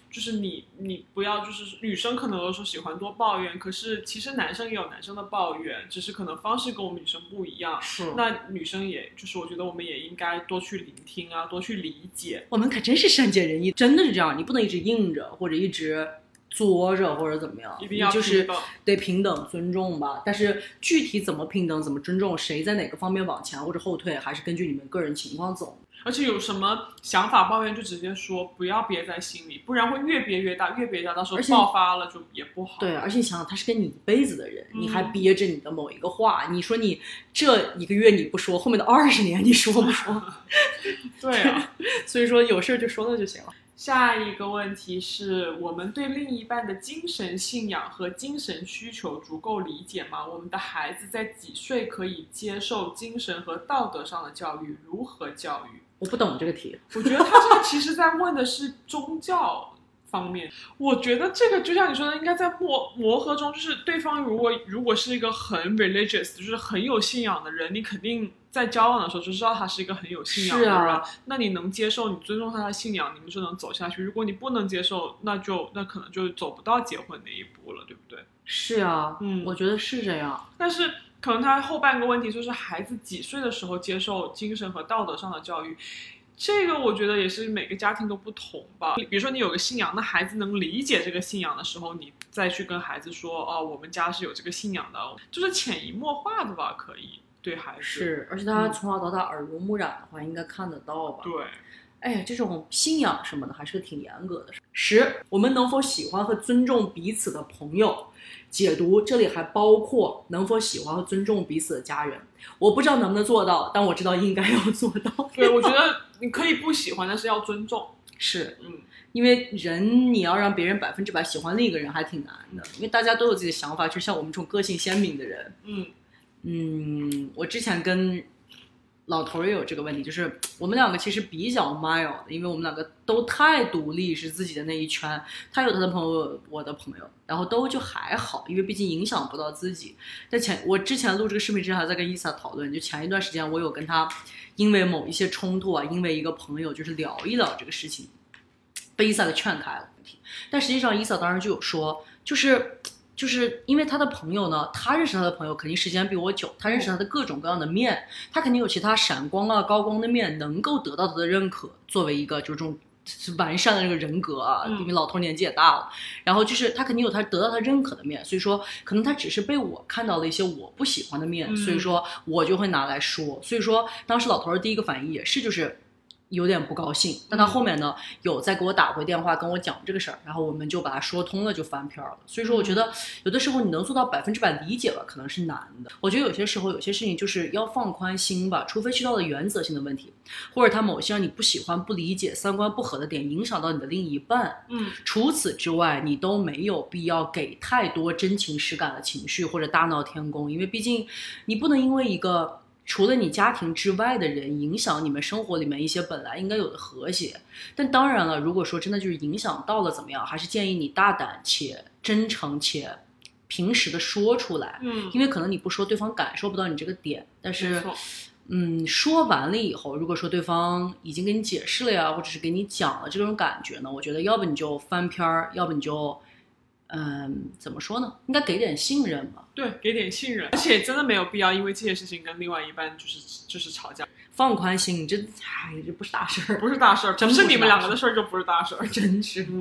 就是你你不要就是女生可能有时候喜欢多抱怨，可是其实男生也有男生的抱怨，只是可能方式跟我们女生不一样。 是， 那女生也就是我觉得我们也应该多去聆听啊，多去理解。 我们可真是善解人意，真的是这样，你不能一直硬着或者一直作着或者怎么样， 一定要就是得平等尊重吧。但是具体怎么平等怎么尊重，谁在哪个方面往前或者后退，还是根据你们个人情况走。 而且有什么想法抱怨就直接说，不要憋在心里，不然会越憋越大，越憋越大，到时候爆发了就也不好。 对，而且你想想，他是跟你一辈子的人，嗯、你还憋着你的某一个话，你说你这一个月你不说，后面的二十年你说不说？ 对啊， 所以说有事就说了就行了。 下一个问题是我们对另一半的精神信仰和精神需求足够理解吗？我们的孩子在几岁可以接受精神和道德上的教育？如何教育？ 我不懂这个题。 我觉得他这个其实在问的是宗教方面。我觉得这个就像你说的，应该在磨磨合中，就是对方如果如果是一个很 religious， 就是很有信仰的人，你肯定在交往的时候就知道他是一个很有信仰的人， 啊、 那你能接受，你尊重他的信仰，你们就能走下去。如果你不能接受，那就那可能就走不到结婚那一步了，对不对？ 是啊， 嗯， 我觉得是这样。 但是可能他后半个问题就是孩子几岁的时候接受精神和道德上的教育，这个我觉得也是每个家庭都不同吧。比如说你有个信仰，那孩子能理解这个信仰的时候，你再去跟孩子说哦，我们家是有这个信仰的，就是潜移默化的吧，可以对孩子。 是，而且他从小到大耳濡目染的话，应该看得到吧？ 对。 哎呀，这种信仰什么的还是个挺严格的。十，我们能否喜欢和尊重彼此的朋友？解读这里还包括能否喜欢和尊重彼此的家人。我不知道能不能做到，但我知道应该要做到。 对，我觉得你可以不喜欢，但是要尊重。 是， 嗯， 因为人你要让别人百分之百喜欢另一个人还挺难的，因为大家都有自己的想法，就像我们这种个性鲜明的人。 嗯嗯，我之前跟老头也有这个问题，就是我们两个其实比较 mild， 因为我们两个都太独立，是自己的那一圈，他有他的朋友，我的朋友，然后都就还好，因为毕竟影响不到自己。但前我之前录这个视频之前还在跟伊萨讨论，就前一段时间我有跟他因为某一些冲突啊，因为一个朋友就是聊一聊这个事情，被伊萨给劝开了问题。但实际上伊萨当时就有说，就是就是因为他的朋友呢，他认识他的朋友肯定时间比我久，他认识他的各种各样的面，他肯定有其他闪光啊高光的面能够得到他的认可，作为一个就是这种完善的这个人格啊，因为老头年纪也大了，然后就是他肯定有他得到他认可的面，所以说可能他只是被我看到了一些我不喜欢的面，所以说我就会拿来说，所以说当时老头的第一个反应也是就是有点不高兴，但他后面呢有再给我打回电话跟我讲这个事儿，然后我们就把它说通了，就翻篇了。所以说我觉得有的时候你能做到百分之百理解吧，可能是难的。我觉得有些时候有些事情就是要放宽心吧，除非遇到了原则性的问题，或者他某些让你不喜欢不理解三观不合的点影响到你的另一半， 嗯， 除此之外你都没有必要给太多真情实感的情绪或者大闹天宫，因为毕竟你不能因为一个除了你家庭之外的人影响你们生活里面一些本来应该有的和谐。但当然了，如果说真的就是影响到了怎么样，还是建议你大胆且真诚且平时的说出来， 嗯， 因为可能你不说对方感受不到你这个点，但是嗯，说完了以后，如果说对方已经给你解释了呀，或者是给你讲了这种感觉呢，我觉得要不你就翻篇儿，要不你就嗯，怎么说呢？应该给点信任吧。 对，给点信任，而且真的没有必要因为这些事情跟另外一半就是就是吵架。 放宽心，这哎，这不是大事儿， 不是大事儿， 真不是你们两个的事儿就不是大事儿， 真是。 嗯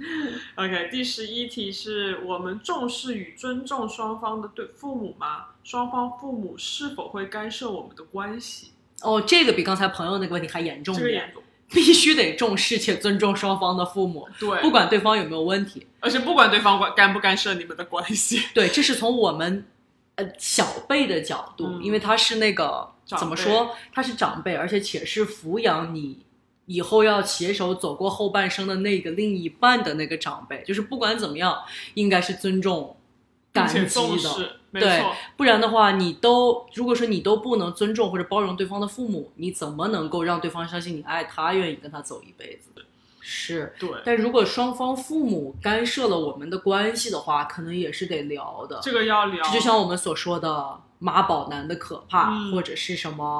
OK， 第十一题是我们重视与尊重双方的对父母吗？双方父母是否会干涉我们的关系？ 哦，这个比刚才朋友那个问题还严重一点。 这个严重。 必须得重视且尊重双方的父母， 对， 不管对方有没有问题， 而且不管对方干不干涉你们的关系。 对，这是从我们呃小辈的角度，嗯、因为他是那个怎么说，他是长辈，而且且是抚养你以后要携手走过后半生的那个另一半的那个长辈，就是不管怎么样，应该是尊重、感激的。对，不然的话，你都如果说你都不能尊重或者包容对方的父母，你怎么能够让对方相信你爱他，愿意跟他走一辈子？是， 对。 但如果双方父母干涉了我们的关系的话，可能也是得聊的。 这个要聊。 这就像我们所说的妈宝男的可怕， 嗯、 或者是什么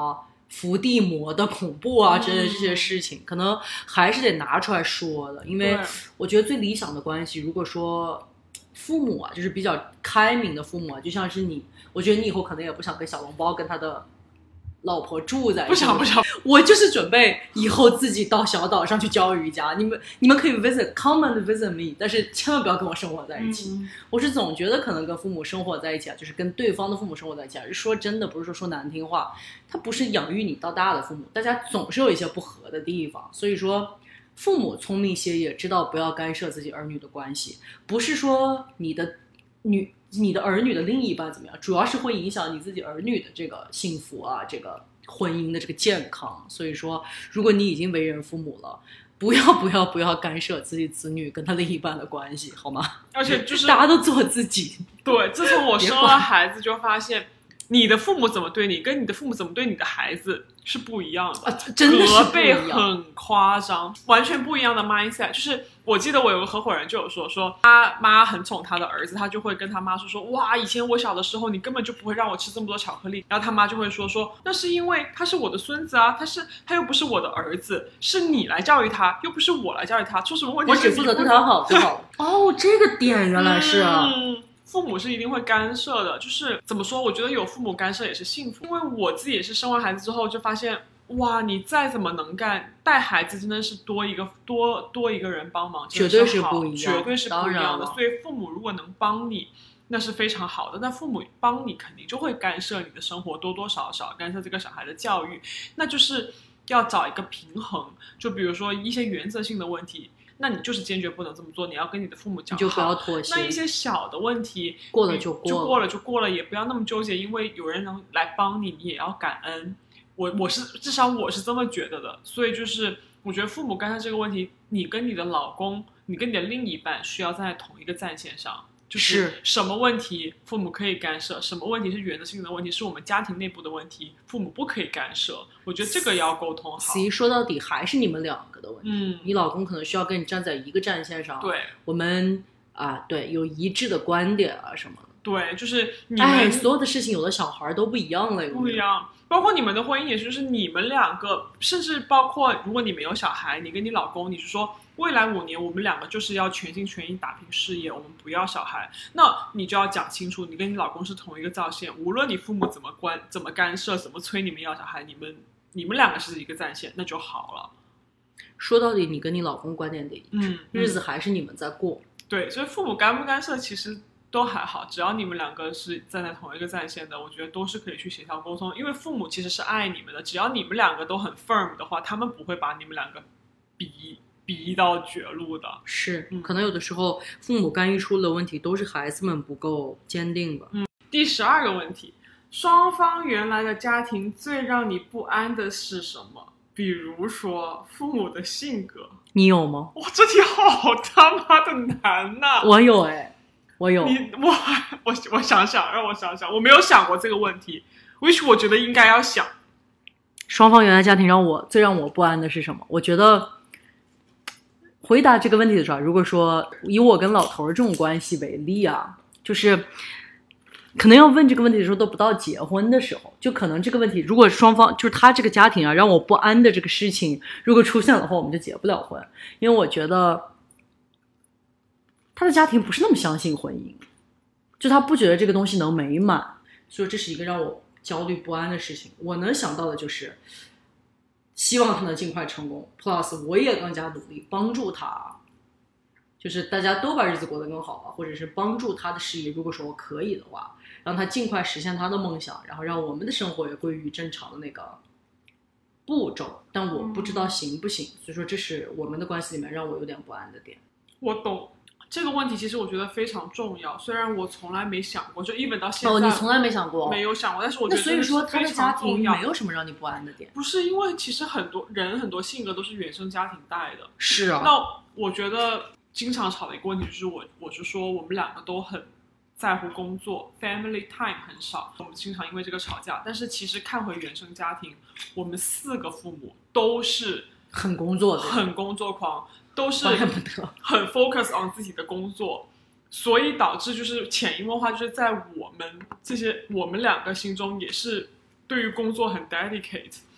伏地魔的恐怖啊之类的这些事情，可能还是得拿出来说的。因为我觉得最理想的关系，如果说父母啊，就是比较开明的父母啊，就像是你，我觉得你以后可能也不想跟小笼包跟他的老婆住在一起， 不想不想， 我就是准备以后自己到小岛上去教瑜伽。你们你们可以 visit，come and visit me， 但是千万不要跟我生活在一起。嗯、我是总觉得可能跟父母生活在一起啊，就是跟对方的父母生活在一起啊。说真的，不是说说难听话，他不是养育你到大的父母，大家总是有一些不合的地方。所以说，父母聪明些也知道不要干涉自己儿女的关系，不是说你的女。你的儿女的另一半怎么样，主要是会影响你自己儿女的这个幸福啊，这个婚姻的这个健康。所以说如果你已经为人父母了，不要不要不要干涉自己子女跟他另一半的关系，好吗？ 而且就是大家都做自己。 对，自从我生了孩子就发现你的父母怎么对你跟你的父母怎么对你的孩子是不一样的、 啊、真的是隔辈很夸张，完全不一样的 mindset。 就是我记得我有个合伙人就有说说他妈很宠他的儿子，他就会跟他妈说说哇，以前我小的时候你根本就不会让我吃这么多巧克力，然后他妈就会说说那是因为他是我的孙子啊，他是他又不是我的儿子，是你来教育他，又不是我来教育他，出什么问题我只负责对他好就好了。哦，这个点原来是啊。 嗯，父母是一定会干涉的，就是怎么说，我觉得有父母干涉也是幸福。因为我自己也是生完孩子之后就发现，哇，你再怎么能干，带孩子真的是多一个多多一个人帮忙， 绝对是不一样， 绝对是不一样的。所以父母如果能帮你，那是非常好的。但父母帮你肯定就会干涉你的生活，多多少少干涉这个小孩的教育，那就是要找一个平衡。就比如说一些原则性的问题，那你就是坚决不能这么做，你要跟你的父母讲好， 你就不要妥协。 那一些小的问题过了就过了， 就过了就过了，也不要那么纠结，因为有人能来帮你，你也要感恩。我我是至少我是这么觉得的。所以就是我觉得父母干涉这个问题，你跟你的老公，你跟你的另一半需要站在同一个战线上。就是什么问题父母可以干涉，什么问题是原则性的问题，是我们家庭内部的问题，父母不可以干涉。我觉得这个要沟通好。 其实说到底还是你们两个的问题。 嗯， 你老公可能需要跟你站在一个战线上。 对， 我们啊，对，有一致的观点啊什么的。 对，就是你们、 哎、所有的事情有的小孩都不一样了， 不一样。包括你们的婚姻也是，就是你们两个，甚至包括如果你没有小孩，你跟你老公，你是说未来五年我们两个就是要全心全意打拼事业，我们不要小孩，那你就要讲清楚，你跟你老公是同一个造线，无论你父母怎么关、怎么干涉、怎么催你们要小孩，你们你们两个是一个战线，那就好了。 说到底，你跟你老公观点得一致、 嗯， 日子还是你们在过。 对，所以父母干不干涉其实都还好，只要你们两个是站在同一个战线的，我觉得都是可以去协调沟通。因为父母其实是爱你们的，只要你们两个都很 firm 的话，他们不会把你们两个逼逼到绝路的。 是、 嗯， 可能有的时候父母干预出了问题，都是孩子们不够坚定吧。 嗯。第十二个问题，双方原来的家庭最让你不安的是什么？比如说父母的性格， 你有吗？ 哇，这题好他妈的难呐、啊！ 我有哎。我有你我我我想想，让我想想，我没有想过这个问题 ，which 我觉得应该要想。 双方原来家庭让我最让我不安的是什么？我觉得回答这个问题的时候，如果说以我跟老头这种关系为例啊，就是可能要问这个问题的时候都不到结婚的时候，就可能这个问题如果双方就是他这个家庭啊让我不安的这个事情如果出现的话，我们就结不了婚。因为我觉得他的家庭不是那么相信婚姻，就他不觉得这个东西能美满，所以这是一个让我焦虑不安的事情。我能想到的就是希望他能尽快成功 plus 我也更加努力帮助他，就是大家都把日子过得更好吧，或者是帮助他的事业，如果说我可以的话，让他尽快实现他的梦想，然后让我们的生活也归于正常的那个步骤。但我不知道行不行，所以说这是我们的关系里面让我有点不安的点。 我懂这个问题，其实我觉得非常重要，虽然我从来没想过，就even到现在， 哦，你从来没想过？ 没有想过，但是我觉得那所以说他的家庭没有什么让你不安的点？ 不是，因为其实很多人很多性格都是原生家庭带的。 是啊。 那我觉得经常吵的一个问题就是我，我是说我们两个都很在乎工作 ，family time 很少，我们经常因为这个吵架。但是其实看回原生家庭，我们四个父母都是很工作的， 很工作狂。都是很 focus on 自己的工作，所以导致就是潜移默化，就是在我们这些我们两个心中也是对于工作很 dedicate。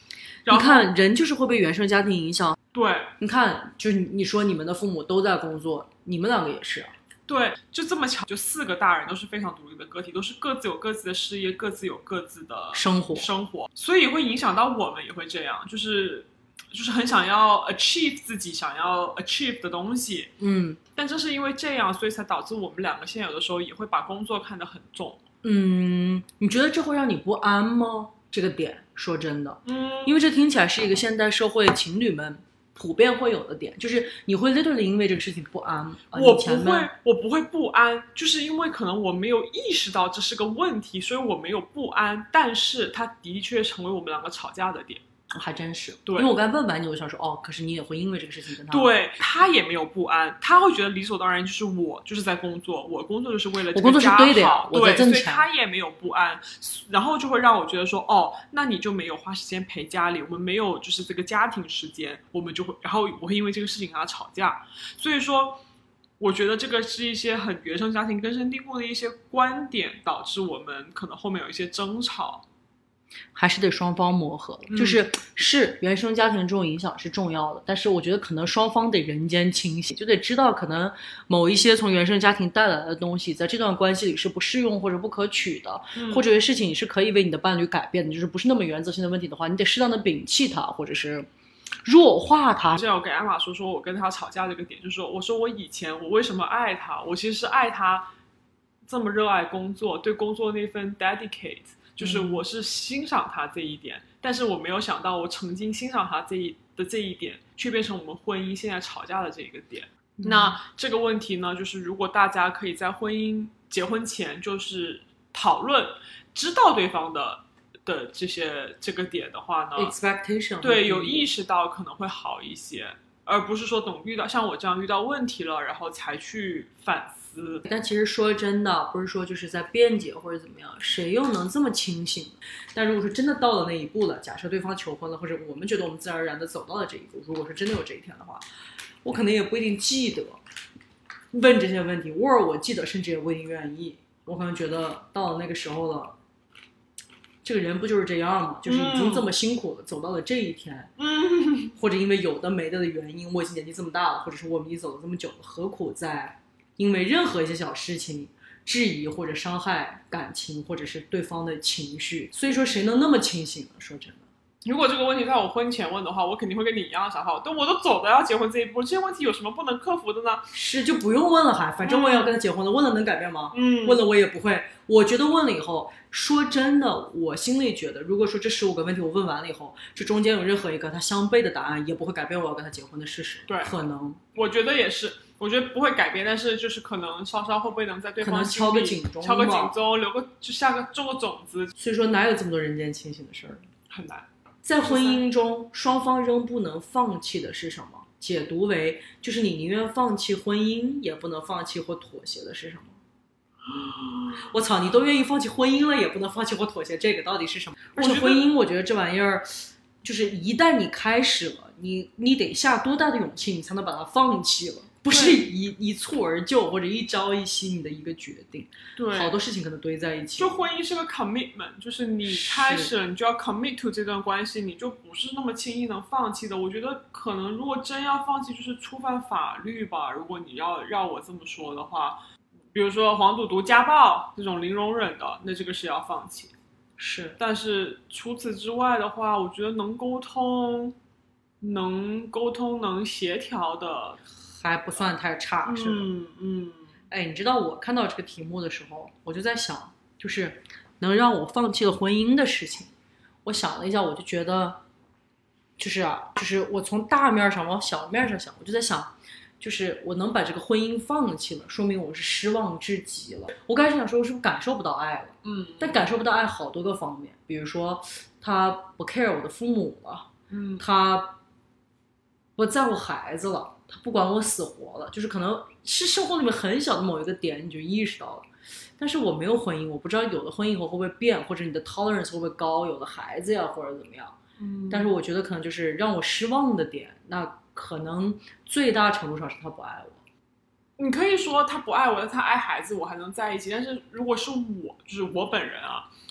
你看人就是会被原生家庭影响。 对， 你看就是你说你们的父母都在工作，你们两个也是啊。 对，就这么巧，就四个大人都是非常独立的个体，都是各自有各自的事业，各自有各自的生活生活，所以会影响到我们也会这样，就是就是很想要 achieve 自己想要 achieve 的东西， 嗯， 但正是因为这样，所以才导致我们两个现在有的时候也会把工作看得很重。 嗯，你觉得这会让你不安吗？这个点，说真的， 嗯， 因为这听起来是一个现代社会情侣们普遍会有的点，就是你会 literally 因为这个事情不安。呃、 我不会，我不会不安，就是因为可能我没有意识到这是个问题，所以我没有不安。但是它的确成为我们两个吵架的点。 还真是， 对， 因为我刚问完你，我想说，哦，可是你也会因为这个事情跟他， 对，他也没有不安，他会觉得理所当然，就是我就是在工作，我工作就是为了这个家好， 我工作是对的呀，我在挣钱， 所以他也没有不安，然后就会让我觉得说，哦，那你就没有花时间陪家里，我们没有就是这个家庭时间，我们就会，然后我会因为这个事情跟他吵架，所以说。我觉得这个是一些很原生家庭根深蒂固的一些观点，导致我们可能后面有一些争吵。 还是得双方磨合，嗯、就是是原生家庭这种影响是重要的，但是我觉得可能双方得人间清醒，就得知道可能某一些从原生家庭带来的东西，在这段关系里是不适用或者不可取的，嗯、或者有些事情你是可以为你的伴侣改变的，就是不是那么原则性的问题的话，你得适当的摒弃它，或者是弱化它。 这样我给艾玛说说我跟他吵架这个点，就是说我说我以前我为什么爱他，我其实是爱他这么热爱工作，对工作那份 dedicate。就是我是欣赏他这一点，嗯、但是我没有想到我曾经欣赏他这一的这一点，却变成我们婚姻现在吵架的这一个点。嗯、那这个问题呢，就是如果大家可以在婚姻结婚前就是讨论，知道对方的的这些这个点的话呢 ，expectation 对，有意识到可能会好一些，而不是说等遇到像我这样遇到问题了，然后才去反思。 但其实说真的，不是说就是在辩解或者怎么样，谁又能这么清醒？但如果说真的到了那一步了，假设对方求婚了，或者我们觉得我们自然而然的走到了这一步，如果说真的有这一天的话，我可能也不一定记得问这些问题，或者我记得甚至也不一定愿意。我可能觉得到了那个时候了，这个人不就是这样吗？就是已经这么辛苦了，嗯、走到了这一天，嗯、或者因为有的没的的原因，我已经年纪这么大了，或者是我们已经走了这么久了，何苦在因为任何一些小事情质疑或者伤害感情或者是对方的情绪？所以说谁能那么清醒呢？说真的， 如果这个问题在我婚前问的话，我肯定会跟你一样的想法，但我都走到要结婚这一步，这些问题有什么不能克服的呢？ 是，就不用问了，还反正我也要跟他结婚了，嗯、问了能改变吗？ 嗯， 问了我也不会。我觉得问了以后，说真的，我心里觉得，如果说这十五个问题我问完了以后，这中间有任何一个他相悖的答案，也不会改变我要跟他结婚的事实。 对， 可能我觉得也是。我觉得不会改变，但是就是可能稍稍会不会能在对方心里敲个警钟， 敲个警钟，留个就下个种个种子。 所以说哪有这么多人间清醒的事儿？ 很难。 在婚姻中，双方仍不能放弃的是什么？解读为就是你宁愿放弃婚姻，也不能放弃或妥协的是什么？我操，你都愿意放弃婚姻了，也不能放弃或妥协，这个到底是什么？而且婚姻，我觉得这玩意儿，就是一旦你开始了，你你得下多大的勇气，你才能把它放弃了？不是一一蹴而就或者一朝一夕你的一个决定， 对， 好多事情可能堆在一起。 就婚姻是个 commitment， 就是你开始了，你就要 commit to 这段关系，你就不是那么轻易能放弃的。我觉得可能如果真要放弃，就是触犯法律吧。如果你要让我这么说的话，比如说黄赌毒、家暴这种零容忍的，那这个是要放弃。 是， 但是除此之外的话，我觉得能沟通、能沟通、能协调的。 还不算太差，是吧？ 嗯嗯， 哎，你知道我看到这个题目的时候，我就在想，就是能让我放弃了婚姻的事情。我想了一下，我就觉得，就是啊，就是我从大面上往小面上想，我就在想，就是我能把这个婚姻放弃了，说明我是失望至极了。我开始想说，我是不是感受不到爱了？ 嗯， 但感受不到爱好多个方面，比如说他不 care 我的父母了， 嗯， 他不在乎孩子了。他不管我死活了，就是可能是生活里面很小的某一个点你就意识到了，但是我没有婚姻，我不知道有了婚姻以后会不会变，或者你的 tolerance 会不会高，有了孩子呀或者怎么样。 嗯， 但是我觉得可能就是让我失望的点，那可能最大程度上是他不爱我。 你可以说他不爱我，但他爱孩子，我还能在一起。但是如果是我，就是我本人啊，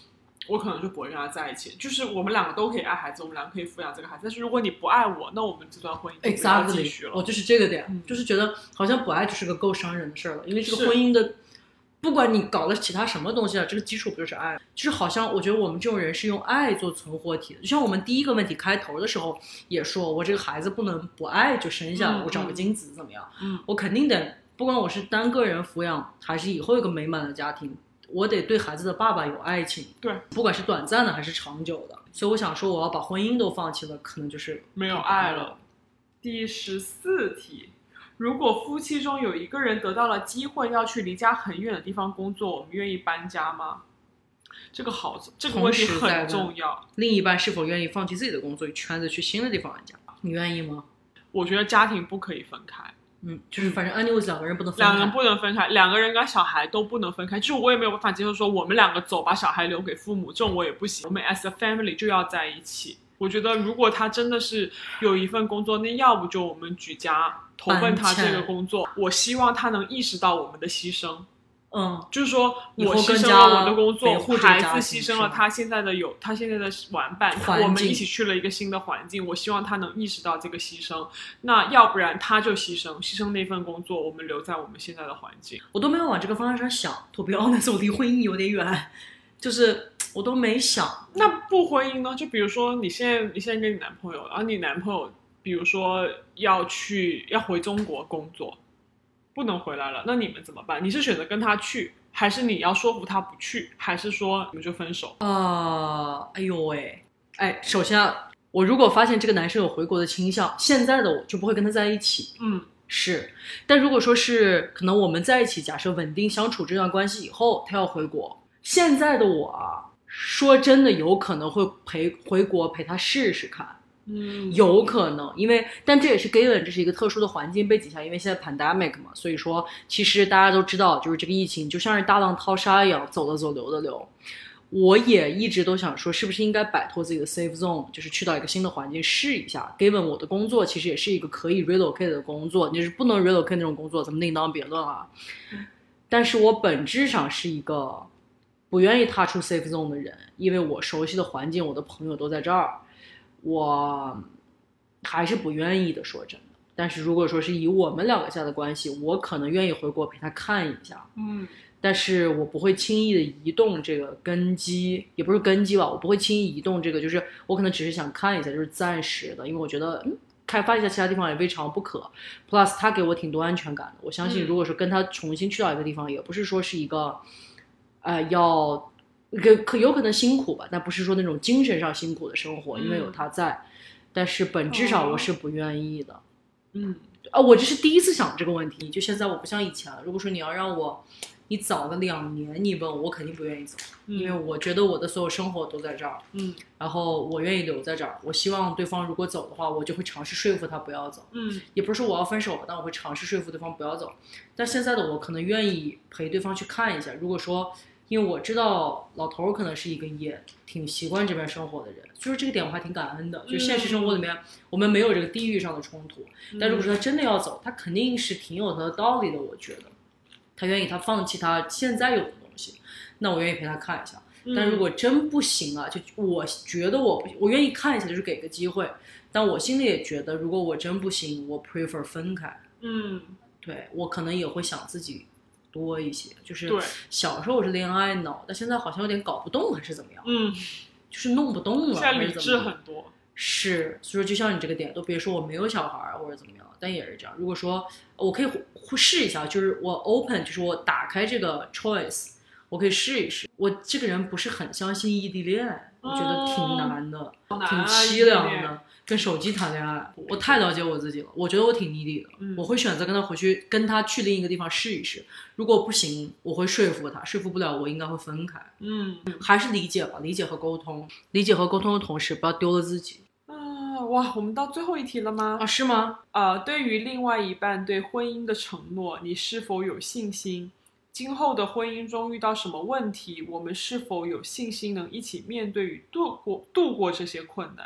我可能就不会跟他在一起。就是我们两个都可以爱孩子，我们两个可以抚养这个孩子，但是如果你不爱我，那我们这段婚姻就不要继续了。 Exactly， 我就是这个点、 嗯， 就是觉得好像不爱就是个够伤人的事儿了，因为这个婚姻的，不管你搞了其他什么东西啊，这个基础不就是爱？就是好像我觉得我们这种人是用爱做存活体的，就像我们第一个问题开头的时候也说，我这个孩子不能不爱就生下来， 嗯、 我找个精子怎么样？ 嗯， 我肯定得，不管我是单个人抚养，还是以后有个美满的家庭。我得对孩子的爸爸有爱情， 对， 不管是短暂的还是长久的。所以我想说，我要把婚姻都放弃了，可能就是没有爱了。第十四题，如果夫妻中有一个人得到了机会要去离家很远的地方工作，我们愿意搬家吗？这个好，这个问题很重要。 另一半是否愿意放弃自己的工作，圈子去新的地方安家？你愿意吗？ 我觉得家庭不可以分开。 嗯，就是反正 anyways 两个人不能分开， 两个人不能分开，两个人跟小孩都不能分开。就是我也没有办法接受说我们两个走，把小孩留给父母，这种我也不行。我们 as a family 就要在一起。我觉得如果他真的是有一份工作，那要不就我们举家投奔他这个工作。我希望他能意识到我们的牺牲。 嗯， 就是说我牺牲了我的工作，孩子牺牲了他现在的有他现在的玩伴，我们一起去了一个新的环境。我希望他能意识到这个牺牲，那要不然他就牺牲牺牲那份工作，我们留在我们现在的环境。 我都没有往这个方向上想，to be honest，我离婚姻有点远，就是我都没想。 那不婚姻呢？就比如说你现在你现在跟你男朋友，然后你男朋友比如说要去要回中国工作，不能回来了，那你们怎么办？你是选择跟他去，还是你要说服他不去，还是说你们就分手？ 呃，哎呦喂，哎，首先啊，我如果发现这个男生有回国的倾向，现在的我就不会跟他在一起。 嗯， 是。但如果说是可能我们在一起，假设稳定相处这段关系以后，他要回国，现在的我啊，说真的，有可能会陪回国陪他试试看。 嗯， 有可能，因为但这也是 given 这是一个特殊的环境背景下，因为现在 pandemic 嘛，所以说其实大家都知道，就是这个疫情就像是大浪淘沙一样，走的走，流的流。我也一直都想说，是不是应该摆脱自己的 safe zone， 就是去到一个新的环境试一下。given 我的工作其实也是一个可以 relocate 的工作，就是不能 relocate 那种工作，咱们另当别论啊。但是我本质上是一个不愿意踏出 safe zone 的人，因为我熟悉的环境，我的朋友都在这儿。我还是不愿意的，说真的。但是如果说是以我们两个下的关系，我可能愿意回国陪他看一下。 嗯， 但是我不会轻易的移动这个根基，也不是根基吧，我不会轻易移动这个，就是我可能只是想看一下，就是暂时的，因为我觉得嗯，开发一下其他地方也未尝不可。Plus 他给我挺多安全感的，我相信如果说跟他重新去到一个地方，嗯、也不是说是一个，呃，要。可有可能辛苦吧，但不是说那种精神上辛苦的生活，因为有他在。嗯、但是本质上我是不愿意的。 嗯， 啊，我这是第一次想这个问题，就现在我不像以前了。如果说你要让我，你早个两年，你问我，我肯定不愿意走，嗯、因为我觉得我的所有生活都在这儿。 嗯， 然后我愿意留在这儿。我希望对方如果走的话，我就会尝试说服他不要走。 嗯， 也不是说我要分手吧，但我会尝试说服对方不要走。但现在的我可能愿意陪对方去看一下。如果说因为我知道老头可能是一个也挺习惯这边生活的人，就是这个点我还挺感恩的。就现实生活里面我们没有这个地域上的冲突，但如果说他真的要走，他肯定是挺有他的道理的。我觉得他愿意他放弃他现在有的东西，那我愿意陪他看一下。但如果真不行啊，就我觉得我我愿意看一下，就是给个机会。但我心里也觉得，如果我真不行，我 prefer 分开。 嗯， 对，我可能也会想自己多一些，就是对小时候我是恋爱脑，但现在好像有点搞不动还是怎么样， 嗯， 就是弄不动了， 现在理智很多， 是，所以说就像你这个点，都别说我没有小孩或者怎么样，但也是这样。如果说我可以试一下，就是我 open， 就是我打开这个 choice， 我可以试一试。我这个人不是很相信异地恋，我觉得挺难的， 嗯、 挺凄凉的。跟手机谈恋爱，我太了解我自己了。我觉得我挺 needy 的，嗯、我会选择跟他回去，跟他去另一个地方试一试。如果不行，我会说服他，说服不了，我应该会分开。 嗯， 还是理解吧，理解和沟通，理解和沟通的同时，不要丢了自己。 啊，哇，我们到最后一题了吗？ 啊，是吗？ 呃，对于另外一半对婚姻的承诺，你是否有信心？今后的婚姻中遇到什么问题，我们是否有信心能一起面对与度过度过这些困难？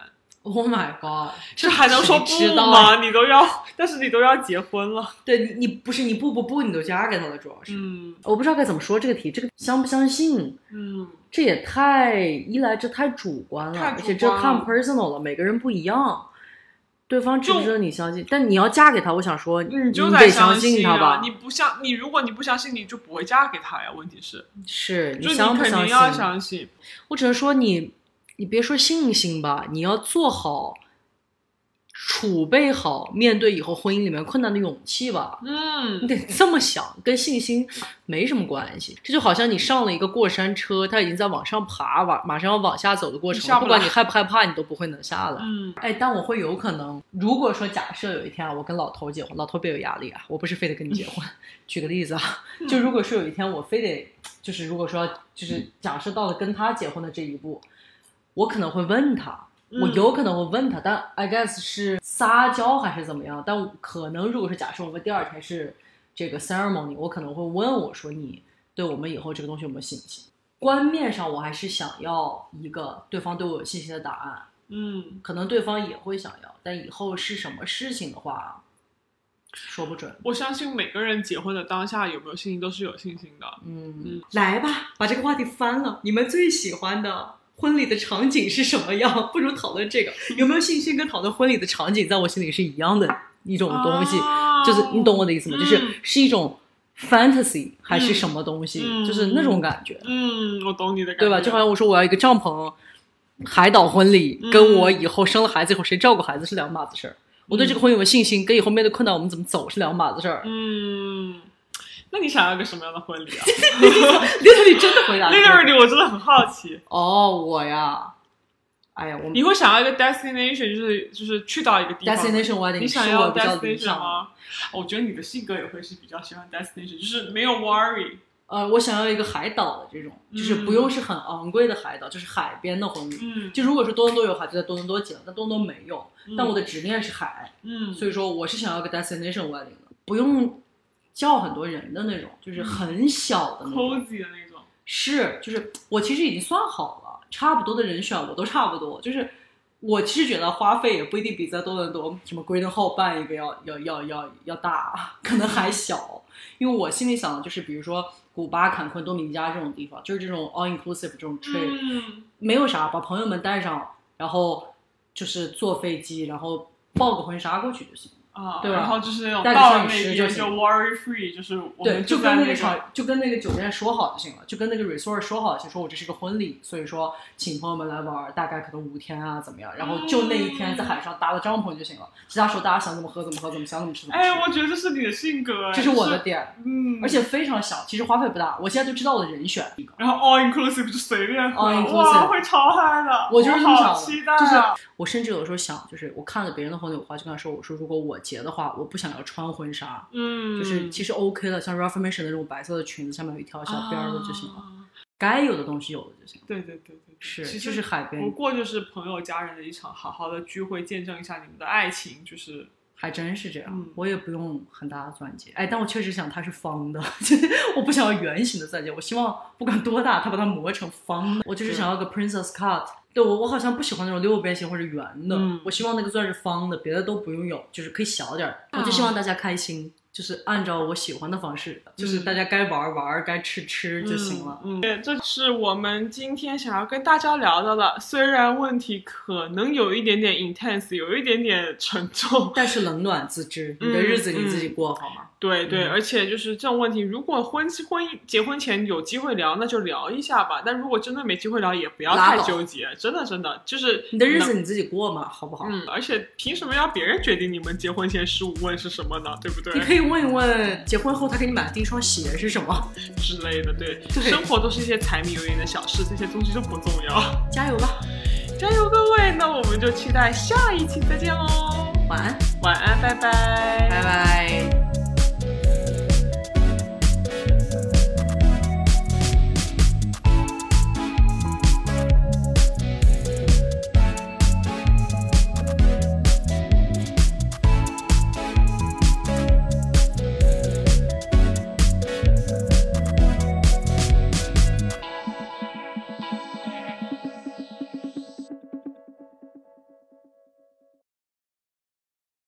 Oh my god， 这还能说不吗？你都要，但是你都要结婚了。 对你，你不是你不不不，你都嫁给他了，主要是。 嗯， 我不知道该怎么说这个题，这个相不相信？ 嗯， 这也太一来这太主观了， 太主观了而且这看 personal 了，每个人不一样。对方值不值得你相信？但你要嫁给他，我想说， 你就得相信他吧。 你不相，你如果你不相信，你就不会嫁给他呀。问题是， 是你相不相信？ 你肯定要相信。 我只能说你，你别说信心吧，你要做好。储备好面对以后婚姻里面困难的勇气吧。 嗯， 你得这么想，跟信心没什么关系。这就好像你上了一个过山车，它已经在往上爬，往马上要往下走的过程，不管你害不害怕，你都不会能下来。 嗯， 哎，但我会有可能，如果说假设有一天啊，我跟老头结婚，老头别有压力啊，我不是非得跟你结婚。举个例子啊，就如果说有一天我非得，就是如果说就是假设到了跟他结婚的这一步，我可能会问他。我有可能会问他，但 I guess 是撒娇还是怎么样？但可能如果是假设我们第二天是这个 ceremony， 我可能会问我说你对我们以后这个东西有没有信心？观面上我还是想要一个对方对我有信心的答案。 嗯， 可能对方也会想要，但以后是什么事情的话，说不准。 我相信每个人结婚的当下有没有信心都是有信心的。 嗯嗯，来吧，把这个话题翻了，你们最喜欢的婚礼的场景是什么样？不如讨论这个，有没有信心跟讨论婚礼的场景在我心里是一样的一种东西，啊、就是你懂我的意思吗？嗯、就是是一种 fantasy 还是什么东西、嗯、就是那种感觉。 嗯，我懂你的感觉， 对吧？就好像我说我要一个帐篷海岛婚礼、嗯、跟我以后生了孩子以后谁照顾孩子是两码子事儿、嗯、我对这个婚有没有信心跟以后面对困难我们怎么走是两码子事儿。 嗯，那你想要个什么样的婚礼啊 ？Literally 真的回答 Literally 我真的很好奇。 哦，我呀，哎呀，我你会想要一个 destination， 就是就是去到一个地方 destination wedding， 你想要 destination 吗？我觉得你的性格也会是比较喜欢 destination， 就是没有 worry。 呃，我想要一个海岛的这种，就是不用是很昂贵的海岛，嗯、就是海边的婚礼。 嗯， 就如果说多伦多有海，就在多伦多结了，但多伦多没有。 嗯、 但我的执念是海， 嗯， 所以说我是想要个 destination wedding 的，不用叫很多人的那种，就是很小的那种 cozy 的那种。 是，就是我其实已经算好了，差不多的人选我都差不多，就是我其实觉得花费也不一定比在多伦多什么 Great Hall 办一个要要要要要大，可能还小，因为我心里想的就是比如说古巴、坎昆、多米尼加这种地方，就是这种 all inclusive 这种 trip，、 嗯、 没有啥，把朋友们带上，然后就是坐飞机，然后报个婚纱过去就行。 啊， 对吧？ 然后就是那种带到了那边就 worry free， 就是我们对，就跟那个场，就跟那个酒店说好就行了，就跟那个 resort 说好，就说我这是个婚礼，所以说请朋友们来玩，大概可能五天啊，怎么样？然后就那一天在海上搭了帐篷就行了，其他时候大家想怎么喝怎么喝，怎么想怎么吃怎么吃。 哎，我觉得这是你的性格， 这是我的点， 嗯， 而且非常小，其实花费不大，我现在就知道我的人选。 然后 all inclusive 就随便喝 ，all inclusive 哇，会超嗨的， 我就是这么想的， 期待、啊。 就是我甚至有时候想，就是我看了别人的婚礼，我话就跟他说，我说如果我结的话，我不想要穿婚纱， 嗯， 就是其实 OK 的，像 Reformation 的那种白色的裙子，下面有一条小边的就行了， 啊、 该有的东西有了就行了。 对对对对， 是，就是海边， 不过就是朋友家人的一场好好的聚会，见证一下你们的爱情，就是还真是这样、 嗯， 我也不用很大的钻戒，哎，但我确实想它是方的，就是我不想要圆形的钻戒，我希望不管多大，它把它磨成方的，我就是想要个 princess cut。对，我我好像不喜欢那种六边形或者圆的、嗯，我希望那个钻是方的，别的都不用有，就是可以小点、嗯、我就希望大家开心，就是按照我喜欢的方式，嗯、就是大家该玩玩，该吃吃就行了。 嗯，对、嗯，这是我们今天想要跟大家聊到的，虽然问题可能有一点点 intense， 有一点点沉重， 但是冷暖自知，你的日子你自己过、嗯、好吗？ 对对、嗯，而且就是这种问题，如果婚婚结婚前有机会聊，那就聊一下吧。但如果真的没机会聊，也不要太纠结，真的真的就是你的日子你自己过嘛，好不好？ 嗯，而且凭什么要别人决定你们结婚前十五问是什么呢？对不对？ 你可以问一问结婚后他给你买的第一双鞋是什么之类的。对，对，生活都是一些柴米油盐的小事，这些东西都不重要。 加油吧， 加油各位！那我们就期待下一期再见喽。 晚安， 晚安，拜拜。